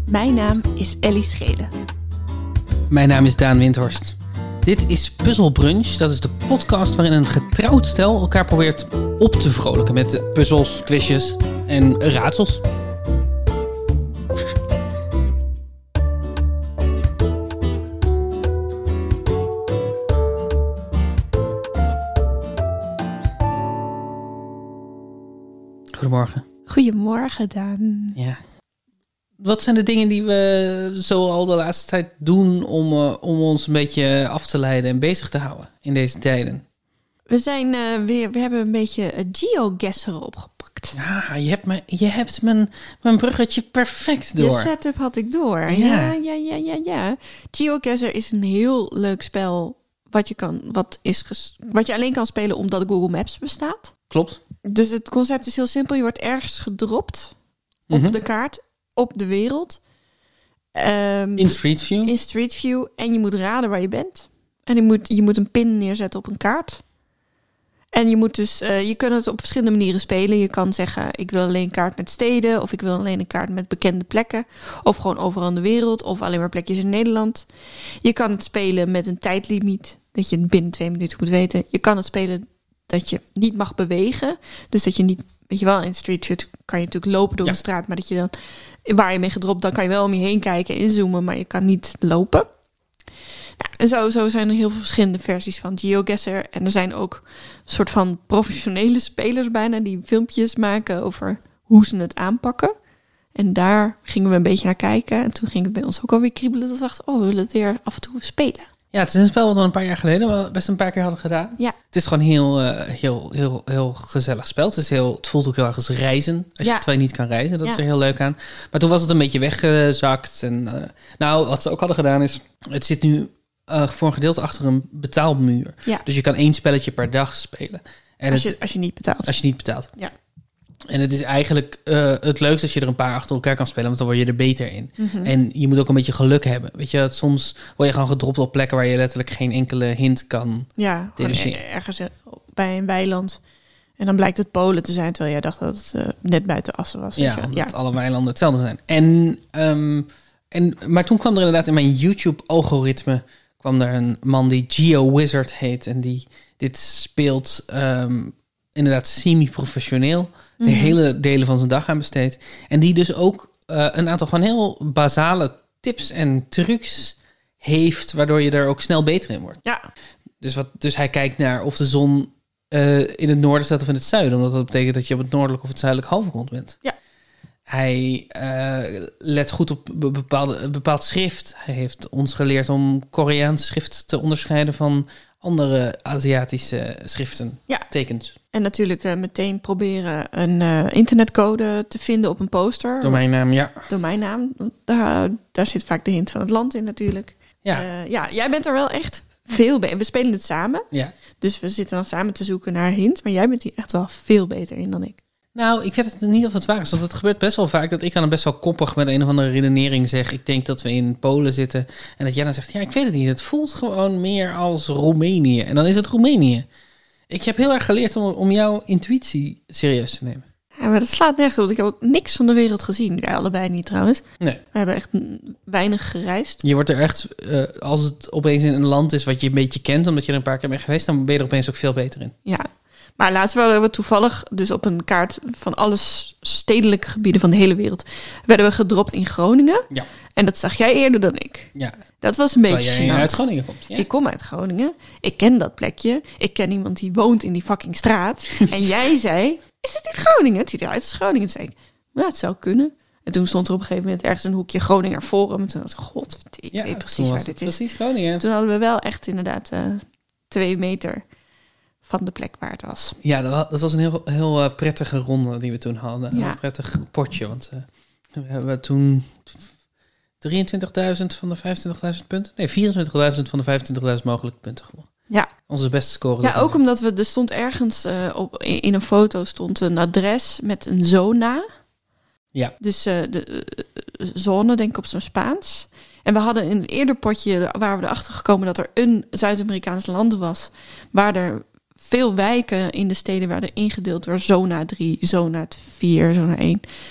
Mijn naam is Ellie Schelen. Mijn naam is Daan Windhorst. Dit is Puzzle Brunch. Dat is de podcast waarin een getrouwd stel elkaar probeert op te vrolijken met puzzels, quizjes en raadsels. Goedemorgen. Goedemorgen, Daan. Ja. Wat zijn de dingen die we zo al de laatste tijd doen om ons een beetje af te leiden en bezig te houden in deze tijden? We hebben een beetje geoguesseren opgepakt. Ja, je hebt mijn bruggetje perfect door. Je setup had ik door. Ja. GeoGuessr is een heel leuk spel wat je alleen kan spelen omdat Google Maps bestaat. Klopt. Dus het concept is heel simpel. Je wordt ergens gedropt op de kaart, op de wereld. In Street View. In Street View. En je moet raden waar je bent. En je moet een pin neerzetten op een kaart. En je moet dus, je kunt het op verschillende manieren spelen. Je kan zeggen, ik wil alleen een kaart met steden. Of ik wil alleen een kaart met bekende plekken. Of gewoon overal in de wereld. Of alleen maar plekjes in Nederland. Je kan het spelen met een tijdlimiet. Dat je het binnen 2 minuten moet weten. Je kan het spelen dat je niet mag bewegen. Dus dat je niet, weet je wel, in Street View kan je natuurlijk lopen door een straat. Maar dat je dan, waar je mee gedropt, dan kan je wel om je heen kijken en inzoomen. Maar je kan niet lopen. Nou, en zo zijn er heel veel verschillende versies van GeoGuessr. En er zijn ook een soort van professionele spelers bijna die filmpjes maken over hoe ze het aanpakken. En daar gingen we een beetje naar kijken. En toen ging het bij ons ook alweer kriebelen. Dat we dachten, we willen het weer af en toe spelen. Ja, het is een spel wat we een paar jaar geleden best een paar keer hadden gedaan. Ja. Het is gewoon heel gezellig spel. Het voelt ook heel erg als reizen. Terwijl je niet kan reizen. Dat is er heel leuk aan. Maar toen was het een beetje weggezakt. En wat ze ook hadden gedaan is, het zit nu voor een gedeelte achter een betaalmuur. Ja. Dus je kan 1 spelletje per dag spelen. En als je niet betaalt. Als je niet betaalt. Ja. En het is eigenlijk het leukste als je er een paar achter elkaar kan spelen, want dan word je er beter in. Mm-hmm. En je moet ook een beetje geluk hebben. Weet je, soms word je gewoon gedropt op plekken waar je letterlijk geen enkele hint kan deduceren. Ergens bij een weiland. En dan blijkt het Polen te zijn, terwijl jij dacht dat het net buiten Assen was. Ja, omdat alle weilanden hetzelfde zijn. Maar toen kwam er inderdaad in mijn YouTube-algoritme kwam er een man die GeoWizard heet. En die dit speelt inderdaad semi-professioneel. De hele delen van zijn dag aan besteedt. En die dus ook een aantal gewoon heel basale tips en trucs heeft, waardoor je er ook snel beter in wordt. Ja. Dus hij kijkt naar of de zon in het noorden staat of in het zuiden. Omdat dat betekent dat je op het noordelijk of het zuidelijk halfrond bent. Ja. Hij let goed op bepaald schrift. Hij heeft ons geleerd om Koreaans schrift te onderscheiden van andere Aziatische schriften, tekens. En natuurlijk meteen proberen een internetcode te vinden op een poster. Domeinnaam. Daar zit vaak de hint van het land in natuurlijk. Ja, jij bent er wel echt veel beter. We spelen het samen. Ja. Dus we zitten dan samen te zoeken naar hint. Maar jij bent hier echt wel veel beter in dan ik. Nou, ik weet het niet of het waar is. Want het gebeurt best wel vaak dat ik dan best wel koppig met een of andere redenering zeg. Ik denk dat we in Polen zitten. En dat jij dan zegt, ik weet het niet. Het voelt gewoon meer als Roemenië. En dan is het Roemenië. Ik heb heel erg geleerd om jouw intuïtie serieus te nemen. Ja, maar dat slaat nergens op. Ik heb ook niks van de wereld gezien. Wij allebei niet trouwens. Nee. We hebben echt weinig gereisd. Je wordt er echt, als het opeens in een land is wat je een beetje kent, omdat je er een paar keer bent geweest, dan ben je er opeens ook veel beter in. Ja. Maar laatst waren we toevallig dus op een kaart van alle stedelijke gebieden van de hele wereld. Werden we gedropt in Groningen. Ja. En dat zag jij eerder dan ik. Ja. Dat was een beetje jij uit Groningen komt. Ja. Ik kom uit Groningen. Ik ken dat plekje. Ik ken iemand die woont in die fucking straat. En jij zei, is het niet Groningen? Het ziet eruit als Groningen. Toen zei ik, het zou kunnen. En toen stond er op een gegeven moment ergens een hoekje Groninger Forum. En toen dacht ik, god, ik weet precies waar dit is. Precies Groningen. En toen hadden we wel echt inderdaad 2 meter van de plek waar het was. Ja, dat was een heel prettige ronde die we toen hadden. Ja. Een prettig potje, want we hebben toen 23.000 van de 25.000 punten. Nee, 24.000 van de 25.000 mogelijke punten gewonnen. Ja. Onze beste score. Ja, ook omdat er stond ergens in een foto stond een adres met een zona. Ja. Dus de zone, denk ik op zo'n Spaans. En we hadden in een eerder potje, waar we erachter gekomen dat er een Zuid-Amerikaans land was, waar er veel wijken in de steden werden ingedeeld door zona 3, zona 4, zona 1.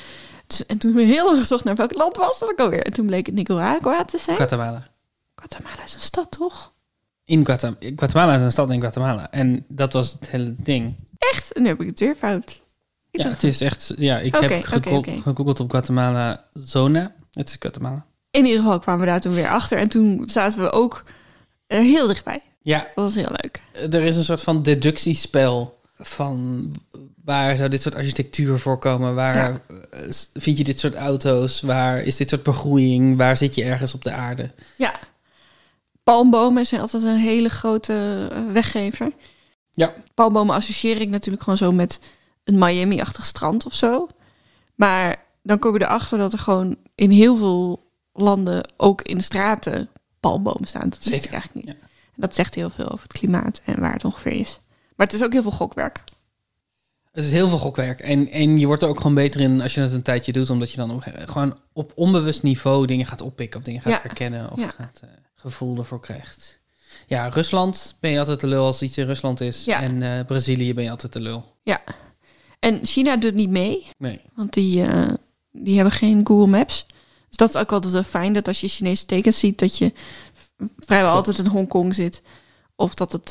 En toen hebben we heel lang gezocht naar welk land was dat ook alweer. En toen bleek het Nicaragua te zijn. Guatemala. Guatemala is een stad, toch? Guatemala is een stad in Guatemala. En dat was het hele ding. Echt? En nu heb ik het weer fout. Ja, het is echt... Ja, ik heb gegoogeld op Guatemala zona. Het is Guatemala. In ieder geval kwamen we daar toen weer achter. En toen zaten we ook er heel dichtbij. Ja. Dat was heel leuk. Er is een soort van deductiespel van waar zou dit soort architectuur voorkomen? Waar vind je dit soort auto's? Waar is dit soort begroeiing? Waar zit je ergens op de aarde? Ja. Palmbomen zijn altijd een hele grote weggever. Ja. Palmbomen associeer ik natuurlijk gewoon zo met een Miami-achtig strand of zo. Maar dan kom je erachter dat er gewoon in heel veel landen, ook in de straten, palmbomen staan. Dat wist ik eigenlijk niet. Ja. En dat zegt heel veel over het klimaat en waar het ongeveer is. Maar het is ook heel veel gokwerk. Het is heel veel gokwerk. En je wordt er ook gewoon beter in als je het een tijdje doet. Omdat je dan ook gewoon op onbewust niveau dingen gaat oppikken. Of dingen gaat herkennen. Of gaat gevoel ervoor krijgt. Ja, Rusland ben je altijd de lul als iets in Rusland is. Ja. En Brazilië ben je altijd de lul. Ja. En China doet niet mee. Nee. Want die hebben geen Google Maps. Dus dat is ook altijd wel fijn. Dat als je Chinese tekens ziet, dat je vrijwel altijd in Hongkong zit. Of dat het...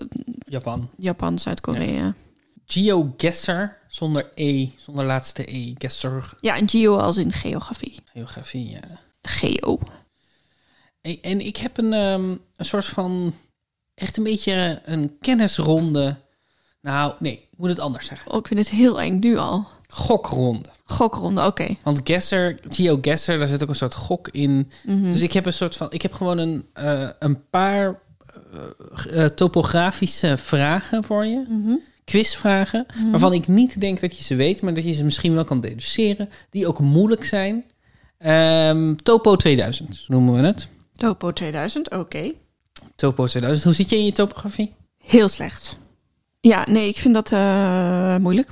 Japan, Zuid-Korea. Ja. GeoGuessr, zonder laatste E. Guesser. Ja, en geo als in geografie. Geografie, ja. Geo. En ik heb een soort van... Echt een beetje een kennisronde. Nou, nee, ik moet het anders zeggen. Oh, ik vind het heel eng nu al. Gokronde, oké. Want GeoGuessr, daar zit ook een soort gok in. Mm-hmm. Dus ik heb ik heb gewoon een paar topografische vragen voor je. Mm-hmm. Quizvragen, waarvan ik niet denk dat je ze weet, maar dat je ze misschien wel kan deduceren. Die ook moeilijk zijn. Topo 2000 noemen we het. Topo 2000, oké. Topo 2000. Hoe zit je in je topografie? Heel slecht. Ja, nee, ik vind dat moeilijk.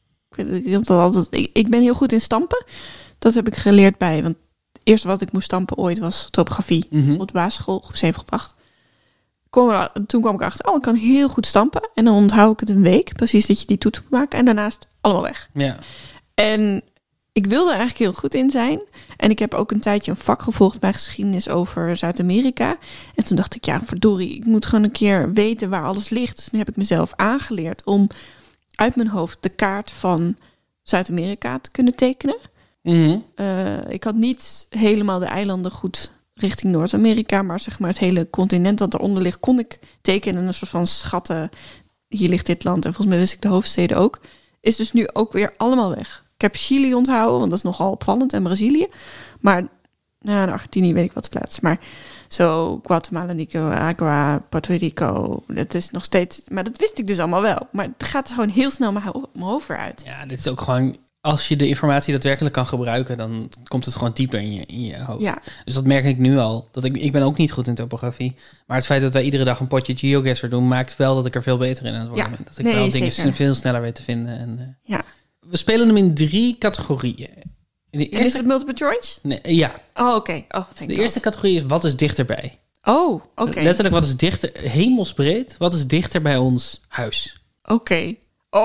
Ik ben heel goed in stampen. Dat heb ik geleerd bij... Want het eerste wat ik moest stampen ooit was topografie. Mm-hmm. Op de basisschool, groep 7 gebracht. Toen kwam ik achter, ik kan heel goed stampen. En dan onthoud ik het een week. Precies dat je die toets moet maken. En daarnaast allemaal weg. Ja. En ik wilde er eigenlijk heel goed in zijn. En ik heb ook een tijdje een vak gevolgd bij geschiedenis over Zuid-Amerika. En toen dacht ik, ja, verdorie, ik moet gewoon een keer weten waar alles ligt. Dus nu heb ik mezelf aangeleerd om uit mijn hoofd de kaart van Zuid-Amerika te kunnen tekenen. Mm-hmm. Ik had niet helemaal de eilanden goed richting Noord-Amerika, maar zeg maar het hele continent dat eronder ligt, kon ik tekenen en een soort van schatten. Hier ligt dit land en volgens mij wist ik de hoofdsteden ook. Is dus nu ook weer allemaal weg. Ik heb Chili onthouden, want dat is nogal opvallend, en Brazilië. Maar in Argentinië weet ik wat plaats. Maar zo Guatemala, Nicaragua, Puerto Rico, dat is nog steeds... Maar dat wist ik dus allemaal wel. Maar het gaat gewoon heel snel mijn hoofd weer uit. Ja, dit is ook gewoon... Als je de informatie daadwerkelijk kan gebruiken, dan komt het gewoon dieper in je hoofd. Ja. Dus dat merk ik nu al. Ik ben ook niet goed in topografie. Maar het feit dat wij iedere dag een potje GeoGuessr doen, maakt wel dat ik er veel beter in aan het worden ben. Dat ik wel dingen veel sneller weet te vinden. En, we spelen hem in 3 categorieën. En is het multiple choice? Nee, ja. Oh, oké. De eerste categorie is wat is dichterbij. Oh, oké. Letterlijk, wat is dichter, hemelsbreed, wat is dichter bij ons huis? Oké.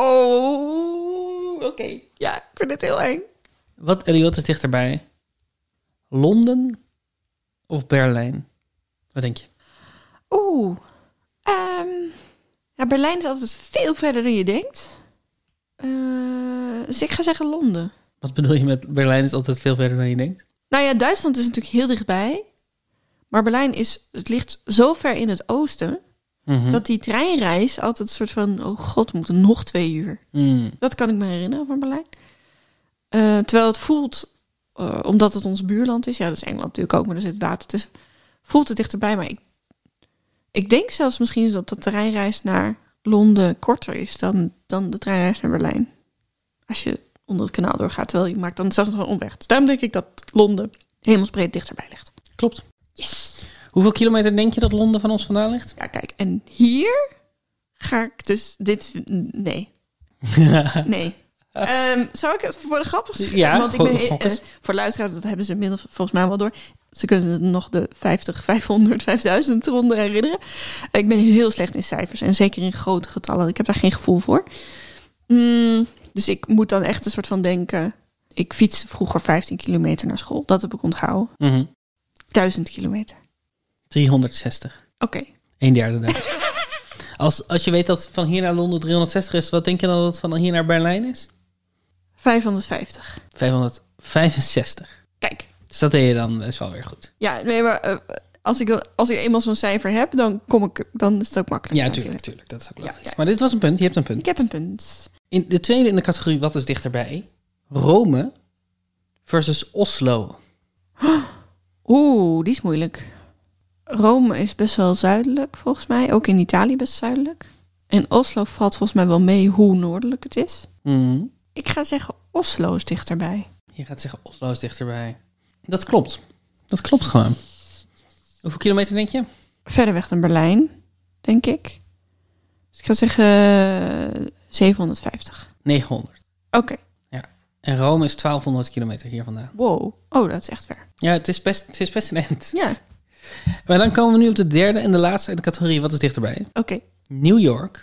Oh, oké. Ja, ik vind het heel eng. Ellie, wat is dichterbij? Londen of Berlijn? Wat denk je? Berlijn is altijd veel verder dan je denkt. Dus ik ga zeggen Londen. Wat bedoel je met Berlijn is altijd veel verder dan je denkt? Nou ja, Duitsland is natuurlijk heel dichtbij. Maar Berlijn ligt zo ver in het oosten... Mm-hmm. Dat die treinreis altijd een soort van... Oh god, we moeten nog 2 uur. Mm. Dat kan ik me herinneren van Berlijn. Terwijl het voelt... omdat het ons buurland is... Ja, dat is Engeland natuurlijk ook, maar er zit water tussen. Voelt het dichterbij, maar ik denk zelfs misschien... dat de treinreis naar Londen korter is... dan de treinreis naar Berlijn. Als je onder het kanaal doorgaat... terwijl je maakt dan zelfs nog een omweg. Dus daarom denk ik dat Londen hemelsbreed dichterbij ligt. Klopt. Yes! Hoeveel kilometer denk je dat Londen van ons vandaan ligt? Ja, kijk. En hier ga ik dus dit... Nee. Nee. Zou ik het voor de grap zeggen? Ja, want ik ben voor luisteraars, dat hebben ze inmiddels volgens mij wel door. Ze kunnen nog de 50, 500, 5000 ronde herinneren. Ik ben heel slecht in cijfers. En zeker in grote getallen. Ik heb daar geen gevoel voor. Dus ik moet dan echt een soort van denken... Ik fietste vroeger 15 kilometer naar school. Dat heb ik onthouden. 1000 kilometer. 360. Oké. 1/3 dag. Als je weet dat van hier naar Londen 360 is, wat denk je dan dat het van hier naar Berlijn is? 550. 565. Kijk. Dus dat deed je dan best wel weer goed. Ja, nee, maar als ik eenmaal zo'n cijfer heb, dan is het ook makkelijk. Ja, tuurlijk. Dat is ook logisch. Ja. Maar dit was een punt. Je hebt een punt. Ik heb een punt. In de tweede in de categorie wat is dichterbij? Rome versus Oslo. Oeh, die is moeilijk. Rome is best wel zuidelijk, volgens mij. Ook in Italië best zuidelijk. En Oslo valt volgens mij wel mee hoe noordelijk het is. Ik ga zeggen Oslo is dichterbij. Je gaat zeggen Oslo is dichterbij. Dat klopt. Dat klopt gewoon. Hoeveel kilometer denk je? Verder weg dan Berlijn, denk ik. Dus ik ga zeggen 750. 900. Oké. Ja. En Rome is 1200 kilometer hier vandaan. Wow. Oh, dat is echt ver. Ja, het is best een eind. Ja. Maar dan komen we nu op de derde en de laatste in de categorie wat is dichterbij? Oké. New York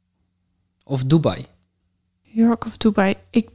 of Dubai? New York of Dubai.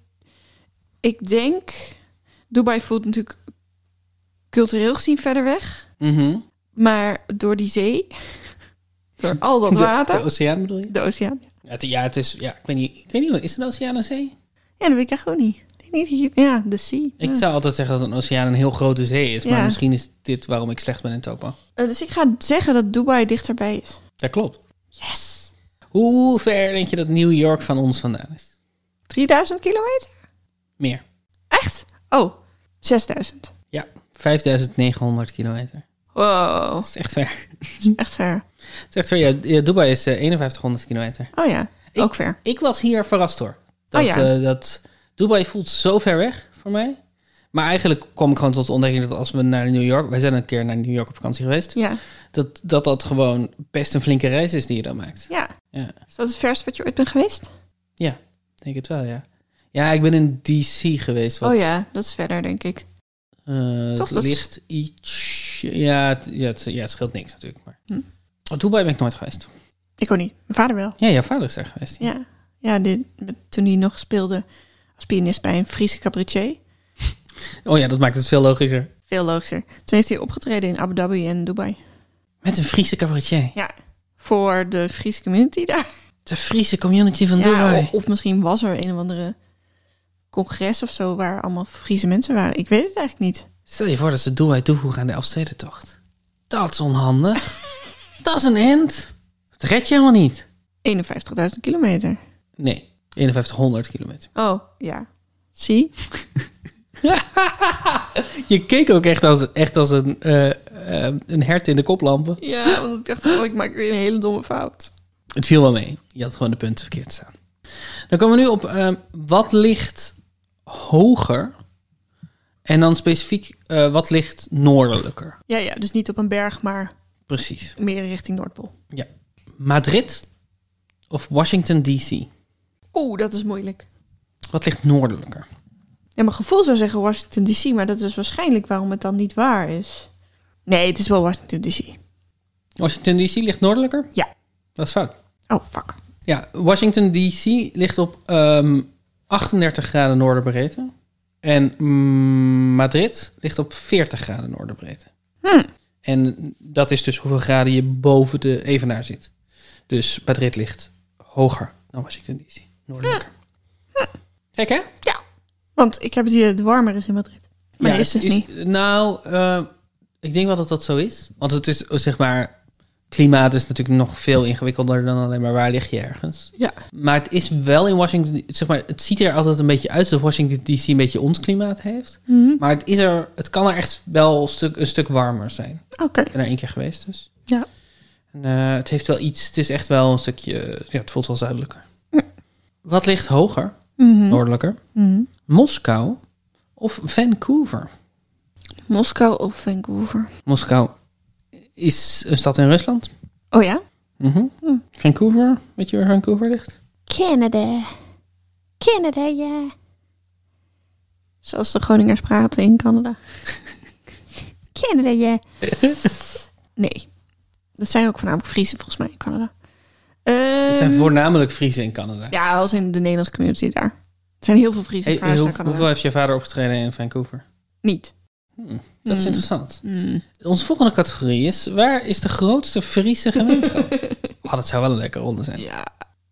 Ik denk... Dubai voelt natuurlijk cultureel gezien verder weg. Maar door die zee... Door al dat water... De oceaan bedoel je? De oceaan. Ja, het is... Ja, ik weet niet. Is een oceaan een zee? Ja, dat weet ik eigenlijk ook niet. Ik denk niet ja, de sea. Ik zou altijd zeggen dat een oceaan een heel grote zee is. Maar Ja. misschien is dit waarom ik slecht ben in topo. Dus ik ga zeggen dat Dubai dichterbij is. Dat klopt. Yes. Hoe ver denk je dat New York van ons vandaan is? 3000 kilometer? Meer. Echt? Oh, 6000. Ja, 5900 kilometer. Wow. Dat is echt ver. Echt ver. Het is echt ver. Ja, Dubai is 5100 kilometer. Oh ja, ook ver. Ik was hier verrast door. Dat Dubai voelt zo ver weg voor mij. Maar eigenlijk kwam ik gewoon tot de ontdekking dat als we naar New York... Wij zijn een keer naar New York op vakantie geweest. Ja. Dat gewoon best een flinke reis is die je dan maakt. Ja. Ja. Is dat het verste wat je ooit bent geweest? Ja, denk het wel, ja. Ja, ik ben in DC geweest. Wat, Oh ja, dat is verder, denk ik. Toch, het ligt iets... Ja, het scheelt niks natuurlijk. Maar. Dubai ben ik nooit geweest. Ik ook niet. Mijn vader wel. Ja, jouw vader is daar geweest. Ja, toen hij nog speelde als pianist bij een Friese cabaretier. Oh ja, dat maakt het veel logischer. Veel logischer. Toen heeft hij opgetreden in Abu Dhabi en Dubai. Met een Friese cabaretier? Ja, voor de Friese community daar. De Friese community van Dubai? Of misschien was er een of andere congres of zo waar allemaal Friese mensen waren. Ik weet het eigenlijk niet. Stel je voor dat ze Dubai toevoegen aan de Elfstedentocht. Dat is onhandig. Dat is een end. Dat red je helemaal niet. 51.000 kilometer. Nee, 5100 kilometer. Oh, ja. Zie? Je keek ook echt als een hert in de koplampen. Ja, want ik dacht, ik maak weer een hele domme fout. Het viel wel mee. Je had gewoon de punten verkeerd staan. Dan komen we nu op wat ligt hoger... En dan specifiek, wat ligt noordelijker? Ja, dus niet op een berg, maar Precies. meer richting Noordpool. Ja. Madrid of Washington D.C.? Oeh, dat is moeilijk. Wat ligt noordelijker? Ja, mijn gevoel zou zeggen Washington D.C., maar dat is waarschijnlijk waarom het dan niet waar is. Nee, het is wel Washington D.C. Washington D.C. ligt noordelijker? Ja. Dat is fout. Oh, fuck. Ja, Washington D.C. ligt op 38 graden noorderbreedte. En Madrid ligt op 40 graden noorderbreedte. En dat is dus hoeveel graden je boven de evenaar zit. Dus Madrid ligt hoger dan Washington D.C. Noordelijker. Kijk hè? Ja, want ik heb het hier, het warmer is in Madrid. Maar ja, is dus niet. Nou, ik denk wel dat dat zo is. Want het is, zeg maar... Klimaat is natuurlijk nog veel ingewikkelder dan alleen maar waar lig je ergens. Ja. Maar het is wel in Washington... Zeg maar, het ziet er altijd een beetje uit alsof Washington D.C. een beetje ons klimaat heeft. Maar het kan er echt wel een stuk warmer zijn. Oké. Ik ben er 1 keer geweest dus. Ja. En, het heeft wel iets... Het is echt wel een stukje... Ja, het voelt wel zuidelijker. Wat ligt hoger? Noordelijker? Moskou of Vancouver? Moskou of Vancouver? Moskou is een stad in Rusland. Oh ja? Vancouver, weet je waar Vancouver ligt? Canada, ja. Zoals de Groningers praten in Canada. Canada, ja. Nee. Dat zijn ook voornamelijk Friesen volgens mij in Canada. Het zijn voornamelijk Friesen in Canada. Ja, als in de Nederlandse community daar. Er zijn heel veel Friese verhuisd naar Canada. Hoeveel heeft je vader opgetreden in Vancouver? Niet. Dat is interessant. Onze volgende categorie is... Waar is de grootste Friese gemeenschap? Dat zou wel een lekkere ronde zijn. Ja.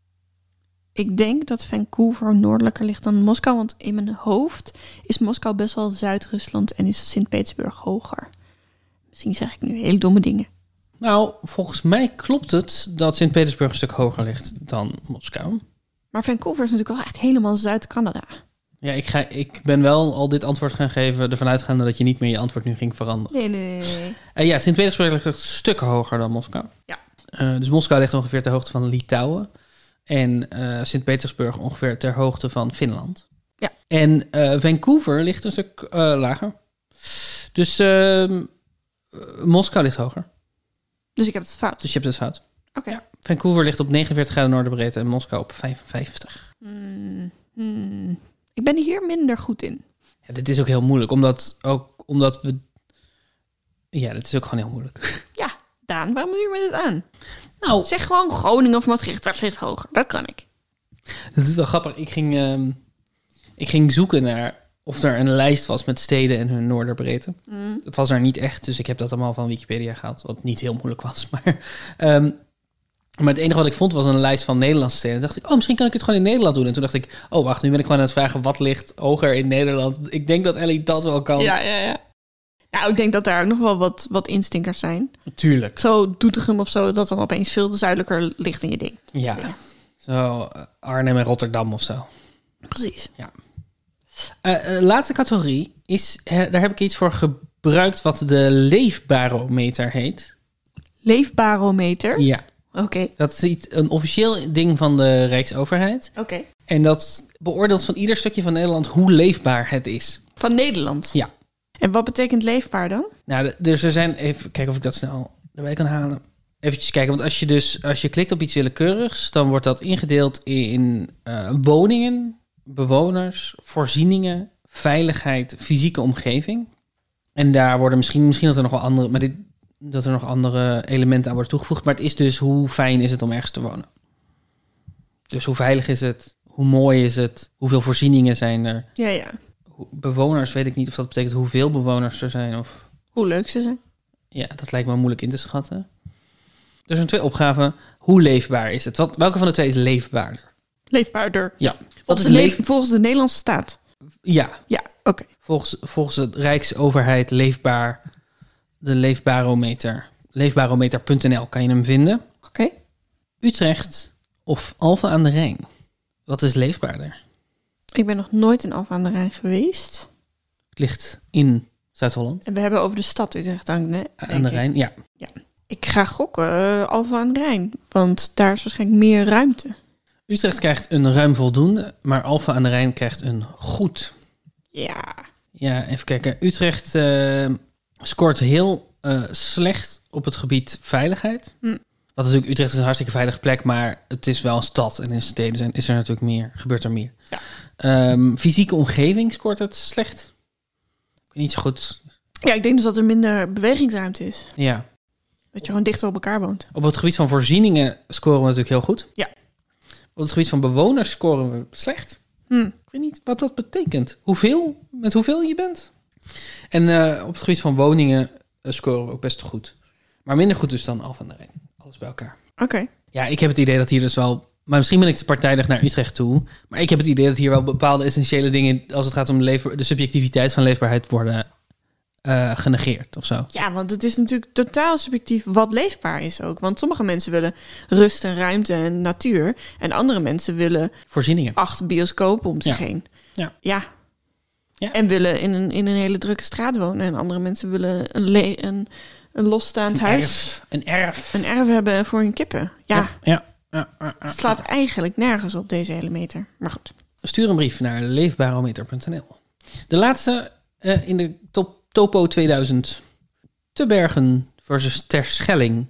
Ik denk dat Vancouver noordelijker ligt dan Moskou. Want in mijn hoofd is Moskou best wel Zuid-Rusland en is Sint-Petersburg hoger. Misschien zeg ik nu hele domme dingen. Nou, volgens mij klopt het dat Sint-Petersburg een stuk hoger ligt dan Moskou. Maar Vancouver is natuurlijk wel echt helemaal Zuid-Canada. Ja, ik ben wel al dit antwoord gaan geven ervan uitgaande dat je niet meer je antwoord nu ging veranderen. Nee. Ja, Sint-Petersburg ligt een stuk hoger dan Moskou. Ja. Dus Moskou ligt ongeveer ter hoogte van Litouwen. En Sint-Petersburg ongeveer ter hoogte van Finland. Ja. En Vancouver ligt een stuk lager. Dus Moskou ligt hoger. Dus ik heb het fout. Dus je hebt het fout. Oké. Ja. Vancouver ligt op 49 graden noordenbreedte en Moskou op 55. Ik ben hier minder goed in. Ja, dit is ook heel moeilijk, omdat we... Ja, dit is ook gewoon heel moeilijk. Ja, Daan, waarom duur je me dit aan? Nou, zeg gewoon Groningen of Maastricht, waar ligt hoger? Dat kan ik. Dat is wel grappig. Ik ging zoeken naar of er een lijst was met steden en hun noorderbreedte. Dat was er niet echt, dus ik heb dat allemaal van Wikipedia gehaald, wat niet heel moeilijk was. Maar het enige wat ik vond was een lijst van Nederlandse steden. Toen dacht ik, misschien kan ik het gewoon in Nederland doen. En toen dacht ik, wacht, nu ben ik gewoon aan het vragen, wat ligt hoger in Nederland? Ik denk dat Ellie dat wel kan. Ja. Nou, ik denk dat daar ook nog wel wat instinkers zijn. Tuurlijk. Zo Doetinchem of zo, dat dan opeens veel zuidelijker ligt in je ding. Ja, zo Arnhem en Rotterdam of zo. Precies. Ja. Laatste categorie is, daar heb ik iets voor gebruikt wat de leefbarometer heet. Leefbarometer? Ja. Oké. Dat is een officieel ding van de Rijksoverheid. Oké. En dat beoordeelt van ieder stukje van Nederland hoe leefbaar het is. Van Nederland? Ja. En wat betekent leefbaar dan? Nou, dus er zijn... Even kijken of ik dat snel erbij kan halen. Eventjes kijken, want als je klikt op iets willekeurigs, dan wordt dat ingedeeld in woningen, bewoners, voorzieningen, veiligheid, fysieke omgeving. En daar worden misschien dat er nog wel andere... Maar dat er nog andere elementen aan worden toegevoegd. Maar het is dus hoe fijn is het om ergens te wonen. Dus hoe veilig is het? Hoe mooi is het? Hoeveel voorzieningen zijn er? Ja. Bewoners, weet ik niet of dat betekent hoeveel bewoners er zijn. Of... Hoe leuk ze zijn. Ja, dat lijkt me moeilijk in te schatten. Er zijn 2 opgaven. Hoe leefbaar is het? Welke van de 2 is leefbaarder? Leefbaarder. Ja. Volgens de Nederlandse staat? Ja. Ja, oké. Volgens de Rijksoverheid leefbaar... De leefbarometer. Leefbarometer.nl kan je hem vinden. Oké. Utrecht of Alphen aan de Rijn? Wat is leefbaarder? Ik ben nog nooit in Alphen aan de Rijn geweest. Het ligt in Zuid-Holland. En we hebben over de stad Utrecht aan de Rijn, ja. Ik ga gokken Alphen aan de Rijn. Want daar is waarschijnlijk meer ruimte. Utrecht krijgt een ruim voldoende, maar Alphen aan de Rijn krijgt een goed. Ja. Ja, even kijken. Utrecht scoort heel slecht op het gebied veiligheid. Want natuurlijk, Utrecht is een hartstikke veilige plek, maar het is wel een stad. En in steden is er natuurlijk meer, gebeurt er meer. Ja. Fysieke omgeving scoort het slecht. Niet zo goed. Ja, ik denk dus dat er minder bewegingsruimte is. Ja. Dat je gewoon dichter op elkaar woont. Op het gebied van voorzieningen scoren we natuurlijk heel goed. Ja. Op het gebied van bewoners scoren we slecht. Ik weet niet wat dat betekent. Met hoeveel je bent. En op het gebied van woningen scoren we ook best goed. Maar minder goed dus dan Alphen aan de Rijn. Alles bij elkaar. Oké. Ja, ik heb het idee dat hier dus wel... Maar misschien ben ik te partijdig naar Utrecht toe. Maar ik heb het idee dat hier wel bepaalde essentiële dingen... als het gaat om de subjectiviteit van leefbaarheid worden genegeerd of zo. Ja, want het is natuurlijk totaal subjectief wat leefbaar is ook. Want sommige mensen willen rust en ruimte en natuur. En andere mensen willen... Voorzieningen. 8 bioscopen om zich heen. Ja. En willen in een hele drukke straat wonen. En andere mensen willen een losstaand huis. Een erf hebben voor hun kippen. Ja. Het slaat eigenlijk nergens op deze hele meter. Maar goed. Stuur een brief naar leefbarometer.nl. De laatste in de Topo 2000. Tebergen versus Terschelling.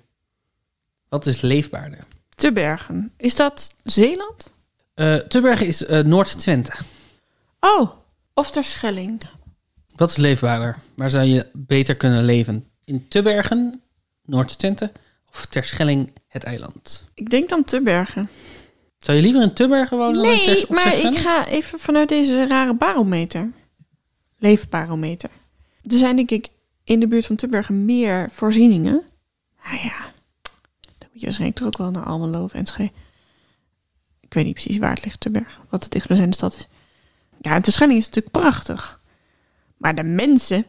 Wat is leefbaarder? Tebergen. Is dat Zeeland? Tebergen is Noord-Twente. Oh, of Terschelling. Wat is leefbaarder? Waar zou je beter kunnen leven? In Tebergen, Noord-Twente of Terschelling, het eiland? Ik denk dan Tebergen. Zou je liever in Tubbergen wonen? Nee, maar ik ga even vanuit deze rare barometer. Leefbarometer. Er zijn denk ik in de buurt van Tubbergen meer voorzieningen. Nou ja, dan moet je waarschijnlijk toch ook wel naar Almelo of Enschede. Ik weet niet precies waar het ligt, Tubbergen. Wat het dichtstbijzijnde stad is. Ja, en Terschelling is natuurlijk prachtig. Maar de mensen,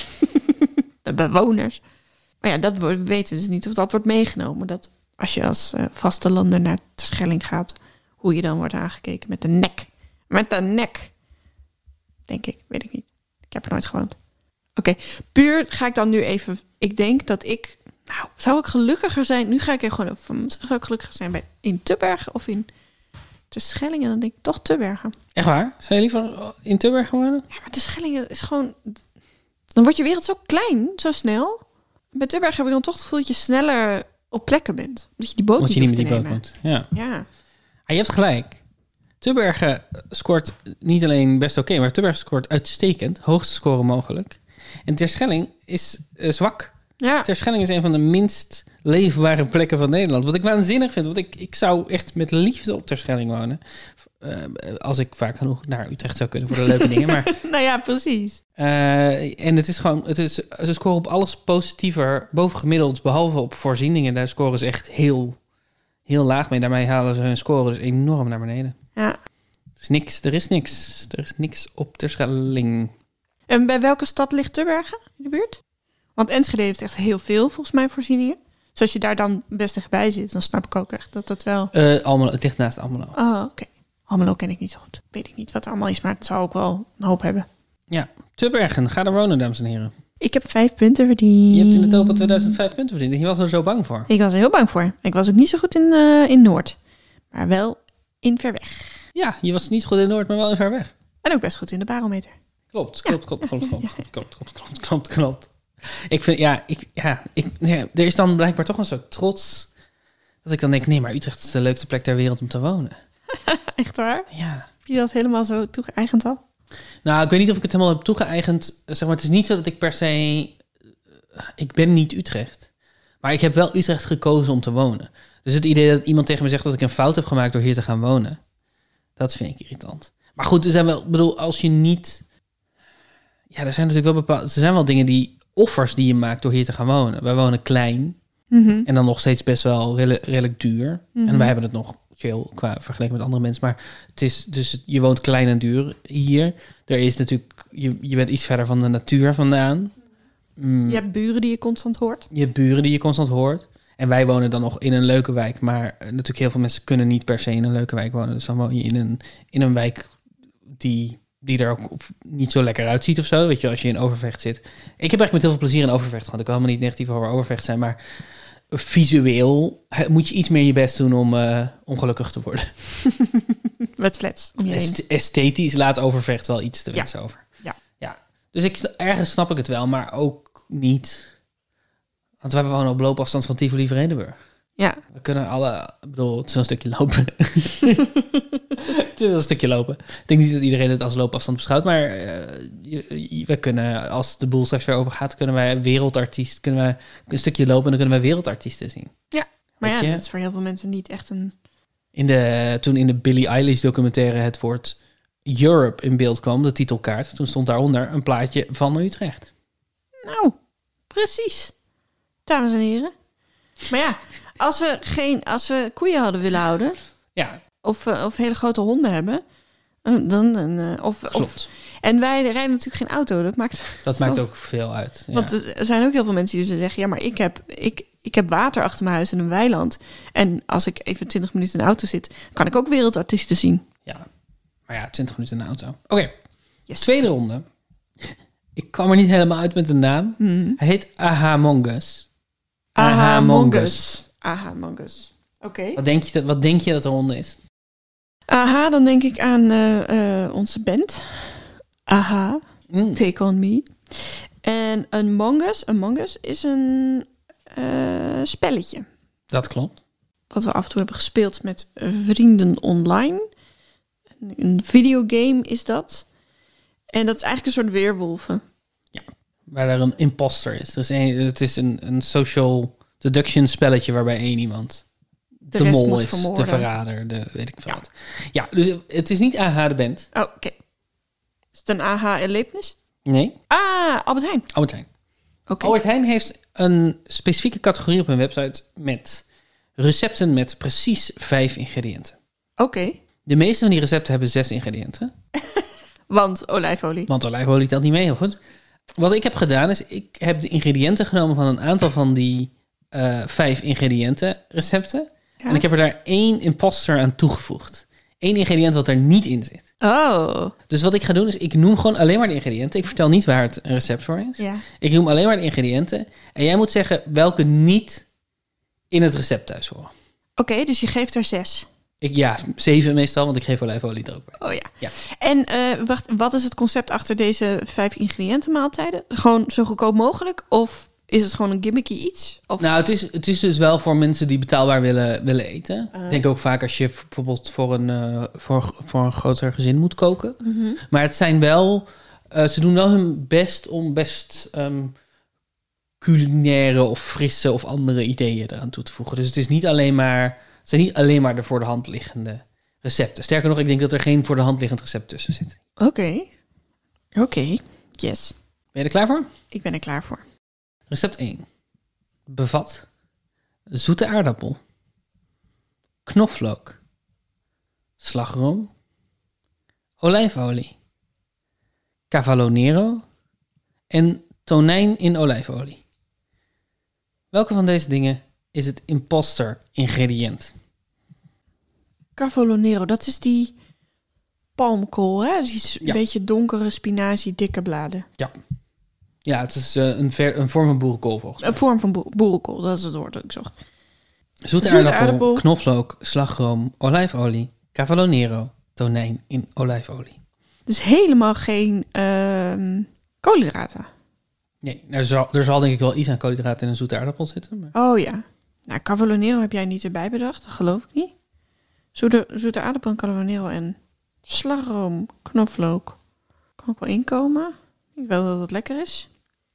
de bewoners. Maar ja, dat weten dus niet of dat wordt meegenomen. Dat als je als vastelander naar Terschelling gaat, hoe je dan wordt aangekeken met de nek. Met de nek. Denk ik, weet ik niet. Ik heb er nooit gewoond. Oké, puur ga ik dan nu even. Ik denk dat ik. Nou, zou ik gelukkiger zijn? Nu ga ik er gewoon over. Zou ik gelukkiger zijn in Tubbergen of in Terschelling? En dan denk ik toch Tubbergen. Echt waar? Zou je liever in Tubbergen wonen? Ja, maar Terschelling is gewoon. Dan wordt je wereld zo klein, zo snel. Bij Tubbergen heb ik dan toch het gevoel dat je sneller op plekken bent. Dat je die boot Omdat niet je hoeft niet te met die boot nemen. komt. Ja. Ja. Je hebt gelijk. Tubbergen scoort niet alleen best oké, maar Tubbergen scoort uitstekend. Hoogste score mogelijk. En Terschelling is zwak. Ja. Terschelling is een van de minst leefbare plekken van Nederland. Wat ik waanzinnig vind. Want ik zou echt met liefde op Terschelling wonen. Als ik vaak genoeg naar Utrecht zou kunnen voor de leuke dingen. Maar, Nou ja, precies. en het is gewoon... ze scoren op alles positiever, bovengemiddeld, behalve op voorzieningen. Daar scoren ze echt heel, heel laag mee. Daarmee halen ze hun score dus enorm naar beneden. Ja. Er is niks op Terschelling. En bij welke stad ligt Tubbergen in de buurt? Want Enschede heeft echt heel veel, volgens mij, voorzieningen. Dus als je daar dan best dichtbij zit, dan snap ik ook echt dat dat wel... Almelo, het ligt naast Almelo. Oh, oké. Almelo ken ik niet zo goed. Weet ik niet wat er allemaal is, maar het zou ook wel een hoop hebben. Ja, Tubbergen, ga er wonen, dames en heren. Ik heb 5 punten verdiend. Je hebt in de topo 2005 punten verdiend en je was er zo bang voor. Ik was er heel bang voor. Ik was ook niet zo goed in Noord. Maar wel in ver weg. Ja, je was niet goed in Noord, maar wel in ver weg. En ook best goed in de barometer. Klopt. Ik vind, er is dan blijkbaar toch een soort trots dat ik dan denk, nee, maar Utrecht is de leukste plek ter wereld om te wonen. Echt waar? Ja. Heb je dat helemaal zo toegeëigend al? Nou, ik weet niet of ik het helemaal heb toegeëigend. Zeg maar, het is niet zo dat ik per se... Ik ben niet Utrecht. Maar ik heb wel Utrecht gekozen om te wonen. Dus het idee dat iemand tegen me zegt dat ik een fout heb gemaakt door hier te gaan wonen, dat vind ik irritant. Maar goed, er zijn wel... Ik bedoel, als je niet... Ja, er zijn natuurlijk wel bepaalde... Er zijn wel dingen die... Offers die je maakt door hier te gaan wonen. Wij wonen klein. Mm-hmm. En dan nog steeds best wel redelijk duur. Mm-hmm. En wij hebben het nog chill qua vergeleken met andere mensen. Maar het is dus... Je woont klein en duur hier. Er is natuurlijk... Je bent iets verder van de natuur vandaan. Je hebt buren die je constant hoort. Je hebt buren die je constant hoort. En wij wonen dan nog in een leuke wijk. Maar natuurlijk heel veel mensen kunnen niet per se in een leuke wijk wonen. Dus dan woon je in een wijk die er ook niet zo lekker uitziet of zo. Weet je, als je in Overvecht zit. Ik heb eigenlijk met heel veel plezier in Overvecht gehad. Ik wil helemaal niet negatief over Overvecht zijn. Maar visueel moet je iets meer je best doen om gelukkig te worden. Met flats om je heen. Esthetisch laat Overvecht wel iets te wensen over. Ja. Dus ergens snap ik het wel, maar ook niet. Want wij wonen op loopafstand van Tivoli-Vredenburg. Ja. We kunnen ik bedoel, het is een stukje lopen. Het is een stukje lopen. Ik denk niet dat iedereen het als loopafstand beschouwt, maar we kunnen, als de boel straks weer open gaat, kunnen wij een stukje lopen en dan kunnen wij wereldartiesten zien. Ja, maar Weet ja, je? dat is voor heel veel mensen niet echt een... Toen in de Billie Eilish documentaire het woord Europe in beeld kwam, de titelkaart, toen stond daaronder een plaatje van Utrecht. Nou, precies. Dames en heren. Maar ja, als we koeien hadden willen houden, Ja, of hele grote honden hebben, en wij rijden natuurlijk geen auto, dat maakt ook veel uit. Ja. Want er zijn ook heel veel mensen die zeggen, ja, maar ik heb water achter mijn huis en een weiland. En als ik even 20 minuten in de auto zit, kan ik ook wereldartiesten zien. Ja, maar ja, 20 minuten in de auto. Oké, Yes. Tweede ronde. Ik kwam er niet helemaal uit met de naam. Hij heet Ahamongus. Ahamongus. Oké. Wat denk je dat de ronde is? Aha, dan denk ik aan onze band. Aha, Take On Me. En Among Us is een spelletje. Dat klopt. Wat we af en toe hebben gespeeld met vrienden online. Een videogame is dat. En dat is eigenlijk een soort weerwolven. Waar er een imposter is. Het is een social deduction spelletje waarbij één iemand de rest mol moet is, vermoorden. de verrader, de weet ik veel Ja. wat. Ja, dus het is niet AH de band. Oh, oké. Is het een AH-erlebnis? Nee, Ah, Albert Heijn. Albert Heijn. Oké. Albert Heijn heeft een specifieke categorie op hun website met recepten met precies 5 ingrediënten. Oké. De meeste van die recepten hebben 6 ingrediënten. Want olijfolie. Want olijfolie telt niet mee, heel goed. Wat ik heb gedaan is, ik heb de ingrediënten genomen van een aantal van die 5 ingrediënten recepten. Ja. En ik heb er daar 1 imposter aan toegevoegd. 1 ingrediënt wat er niet in zit. Oh. Dus wat ik ga doen is, ik noem gewoon alleen maar de ingrediënten. Ik vertel niet waar het een recept voor is. Ja. Ik noem alleen maar de ingrediënten. En jij moet zeggen welke niet in het recept thuis horen. Oké, dus je geeft er 6. Ja, 7 meestal, want ik geef olijfolie er ook bij. Oh ja. Ja. En wacht, wat is het concept achter deze 5 ingrediënten maaltijden? Gewoon zo goedkoop mogelijk? Of is het gewoon een gimmicky iets? Of... Nou, het is dus wel voor mensen die betaalbaar willen eten. Ik denk ook vaak als je bijvoorbeeld voor een groter gezin moet koken. Mhm. Maar het zijn wel... ze doen wel hun best om culinaire of frisse of andere ideeën eraan toe te voegen. Dus het is niet alleen maar... Het zijn niet alleen maar de voor de hand liggende recepten. Sterker nog, ik denk dat er geen voor de hand liggend recept tussen zit. Oké. Yes. Ben je er klaar voor? Ik ben er klaar voor. Recept 1. Bevat zoete aardappel, knoflook, slagroom, olijfolie, cavallo nero en tonijn in olijfolie. Welke van deze dingen is het imposter ingrediënt? Cavallo Nero, dat is die palmkool, hè? Die is een Ja. beetje donkere spinazie, dikke bladen. Ja, het is een vorm van boerenkool volgens mij. Een vorm van boerenkool, dat is het woord dat ik zocht. Zoete aardappel, knoflook, slagroom, olijfolie, cavallo nero, tonijn in olijfolie. Dus helemaal geen koolhydraten. Nee, er zal denk ik wel iets aan koolhydraten in een zoete aardappel zitten. Maar... Oh ja. Nou, Cavallo Nero heb jij niet erbij bedacht, dat geloof ik niet. Zoete aardappel en Cavallo Nero en slagroom, knoflook. Kan ook wel inkomen. Ik denk wel dat het lekker is.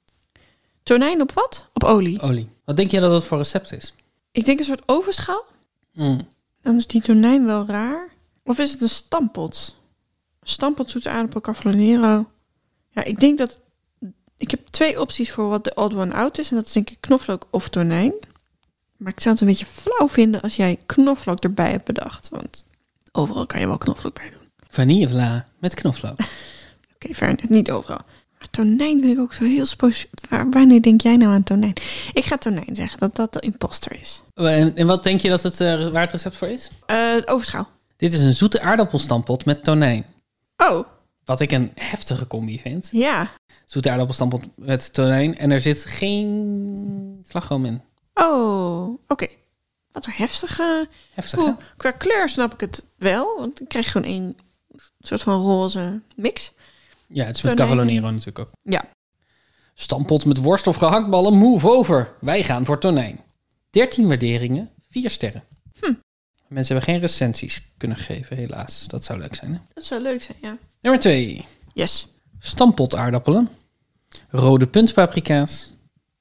Tonijn op wat? Op olie. Olie. Wat denk je dat het voor recept is? Ik denk een soort ovenschaal. Mm. Dan is die tonijn wel raar. Of is het een stampot? Stampot, zoete aardappel, Cavallo Nero. Ja, ik denk dat... Ik heb 2 opties voor wat de odd one out is. En dat is denk ik knoflook of tonijn. Maar ik zou het een beetje flauw vinden als jij knoflook erbij hebt bedacht. Want overal kan je wel knoflook bij doen. Vanillevla met knoflook. Oké, verder niet overal. Maar tonijn vind ik ook zo heel wanneer denk jij nou aan tonijn? Ik ga tonijn zeggen, dat dat de imposter is. En wat denk je dat waar het recept voor is? Overschaal. Dit is een zoete aardappelstampot met tonijn. Oh, Wat ik een heftige combi vind. ja. Zoete aardappelstampot met tonijn. En er zit geen slagroom in. Oh, oké. Wat een heftige... Heftig, hè? Qua kleur snap ik het wel. Want dan krijg je gewoon 1 soort van roze mix. Ja, het is met Tonijn. cavallo nero natuurlijk ook. Ja. Stampot met worst of gehaktballen, move over. Wij gaan voor tonijn. 13 waarderingen, 4 sterren. Mensen hebben geen recensies kunnen geven, helaas. Dat zou leuk zijn, hè? Dat zou leuk zijn, ja. Nummer 2. Yes. Stampot aardappelen. Rode puntpaprika's.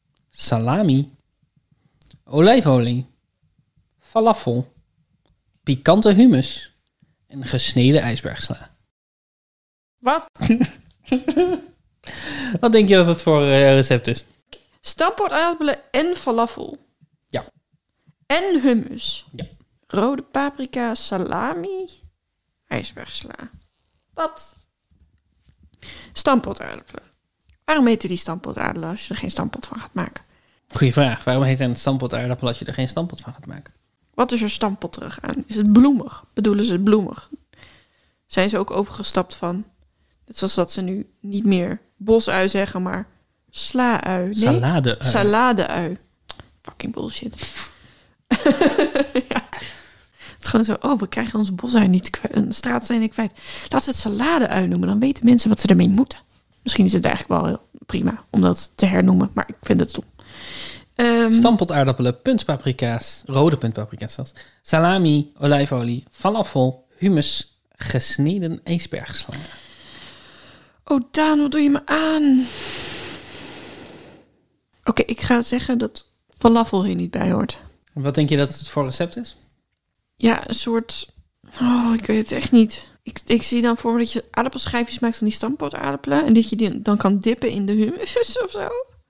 Salami. Olijfolie. Falafel. Pikante hummus. En gesneden ijsbergsla. Wat? Wat denk je dat het voor recept is? Stampot aardappelen en falafel. Ja. En hummus. Ja. Rode paprika, salami, ijsbergsla. Wat? Stampot aardappelen. Waarom heten die stampot aardappelen als je er geen stampot van gaat maken? Goeie vraag. Waarom heet het een stampot aardappel als je er geen stampot van gaat maken? Wat is er stampotterig aan? Is het bloemig? Bedoelen ze het bloemig? Zijn ze ook overgestapt van... Net zoals dat ze nu niet meer bosui zeggen, maar sla-ui. Nee? Salade. Salade-ui. Fucking bullshit. Ja. Het is gewoon zo, we krijgen onze bosui niet kwijt, een straatsteen niet kwijt. Laten we het salade-ui noemen, dan weten mensen wat ze ermee moeten. Misschien is het eigenlijk wel heel prima om dat te hernoemen, maar ik vind het stom. Stampot aardappelen, puntpaprika's, rode puntpaprika's zelfs, salami, olijfolie, falafel, hummus, gesneden ijsbergsla. Oh Daan, wat doe je me aan? Oké, ik ga zeggen dat falafel hier niet bij hoort. Wat denk je dat het voor recept is? Ja, een soort... Oh, ik weet het echt niet. Ik zie dan voor me dat je aardappelschijfjes maakt van die stamppotaardappelen. En dat je die dan kan dippen in de hummus of zo.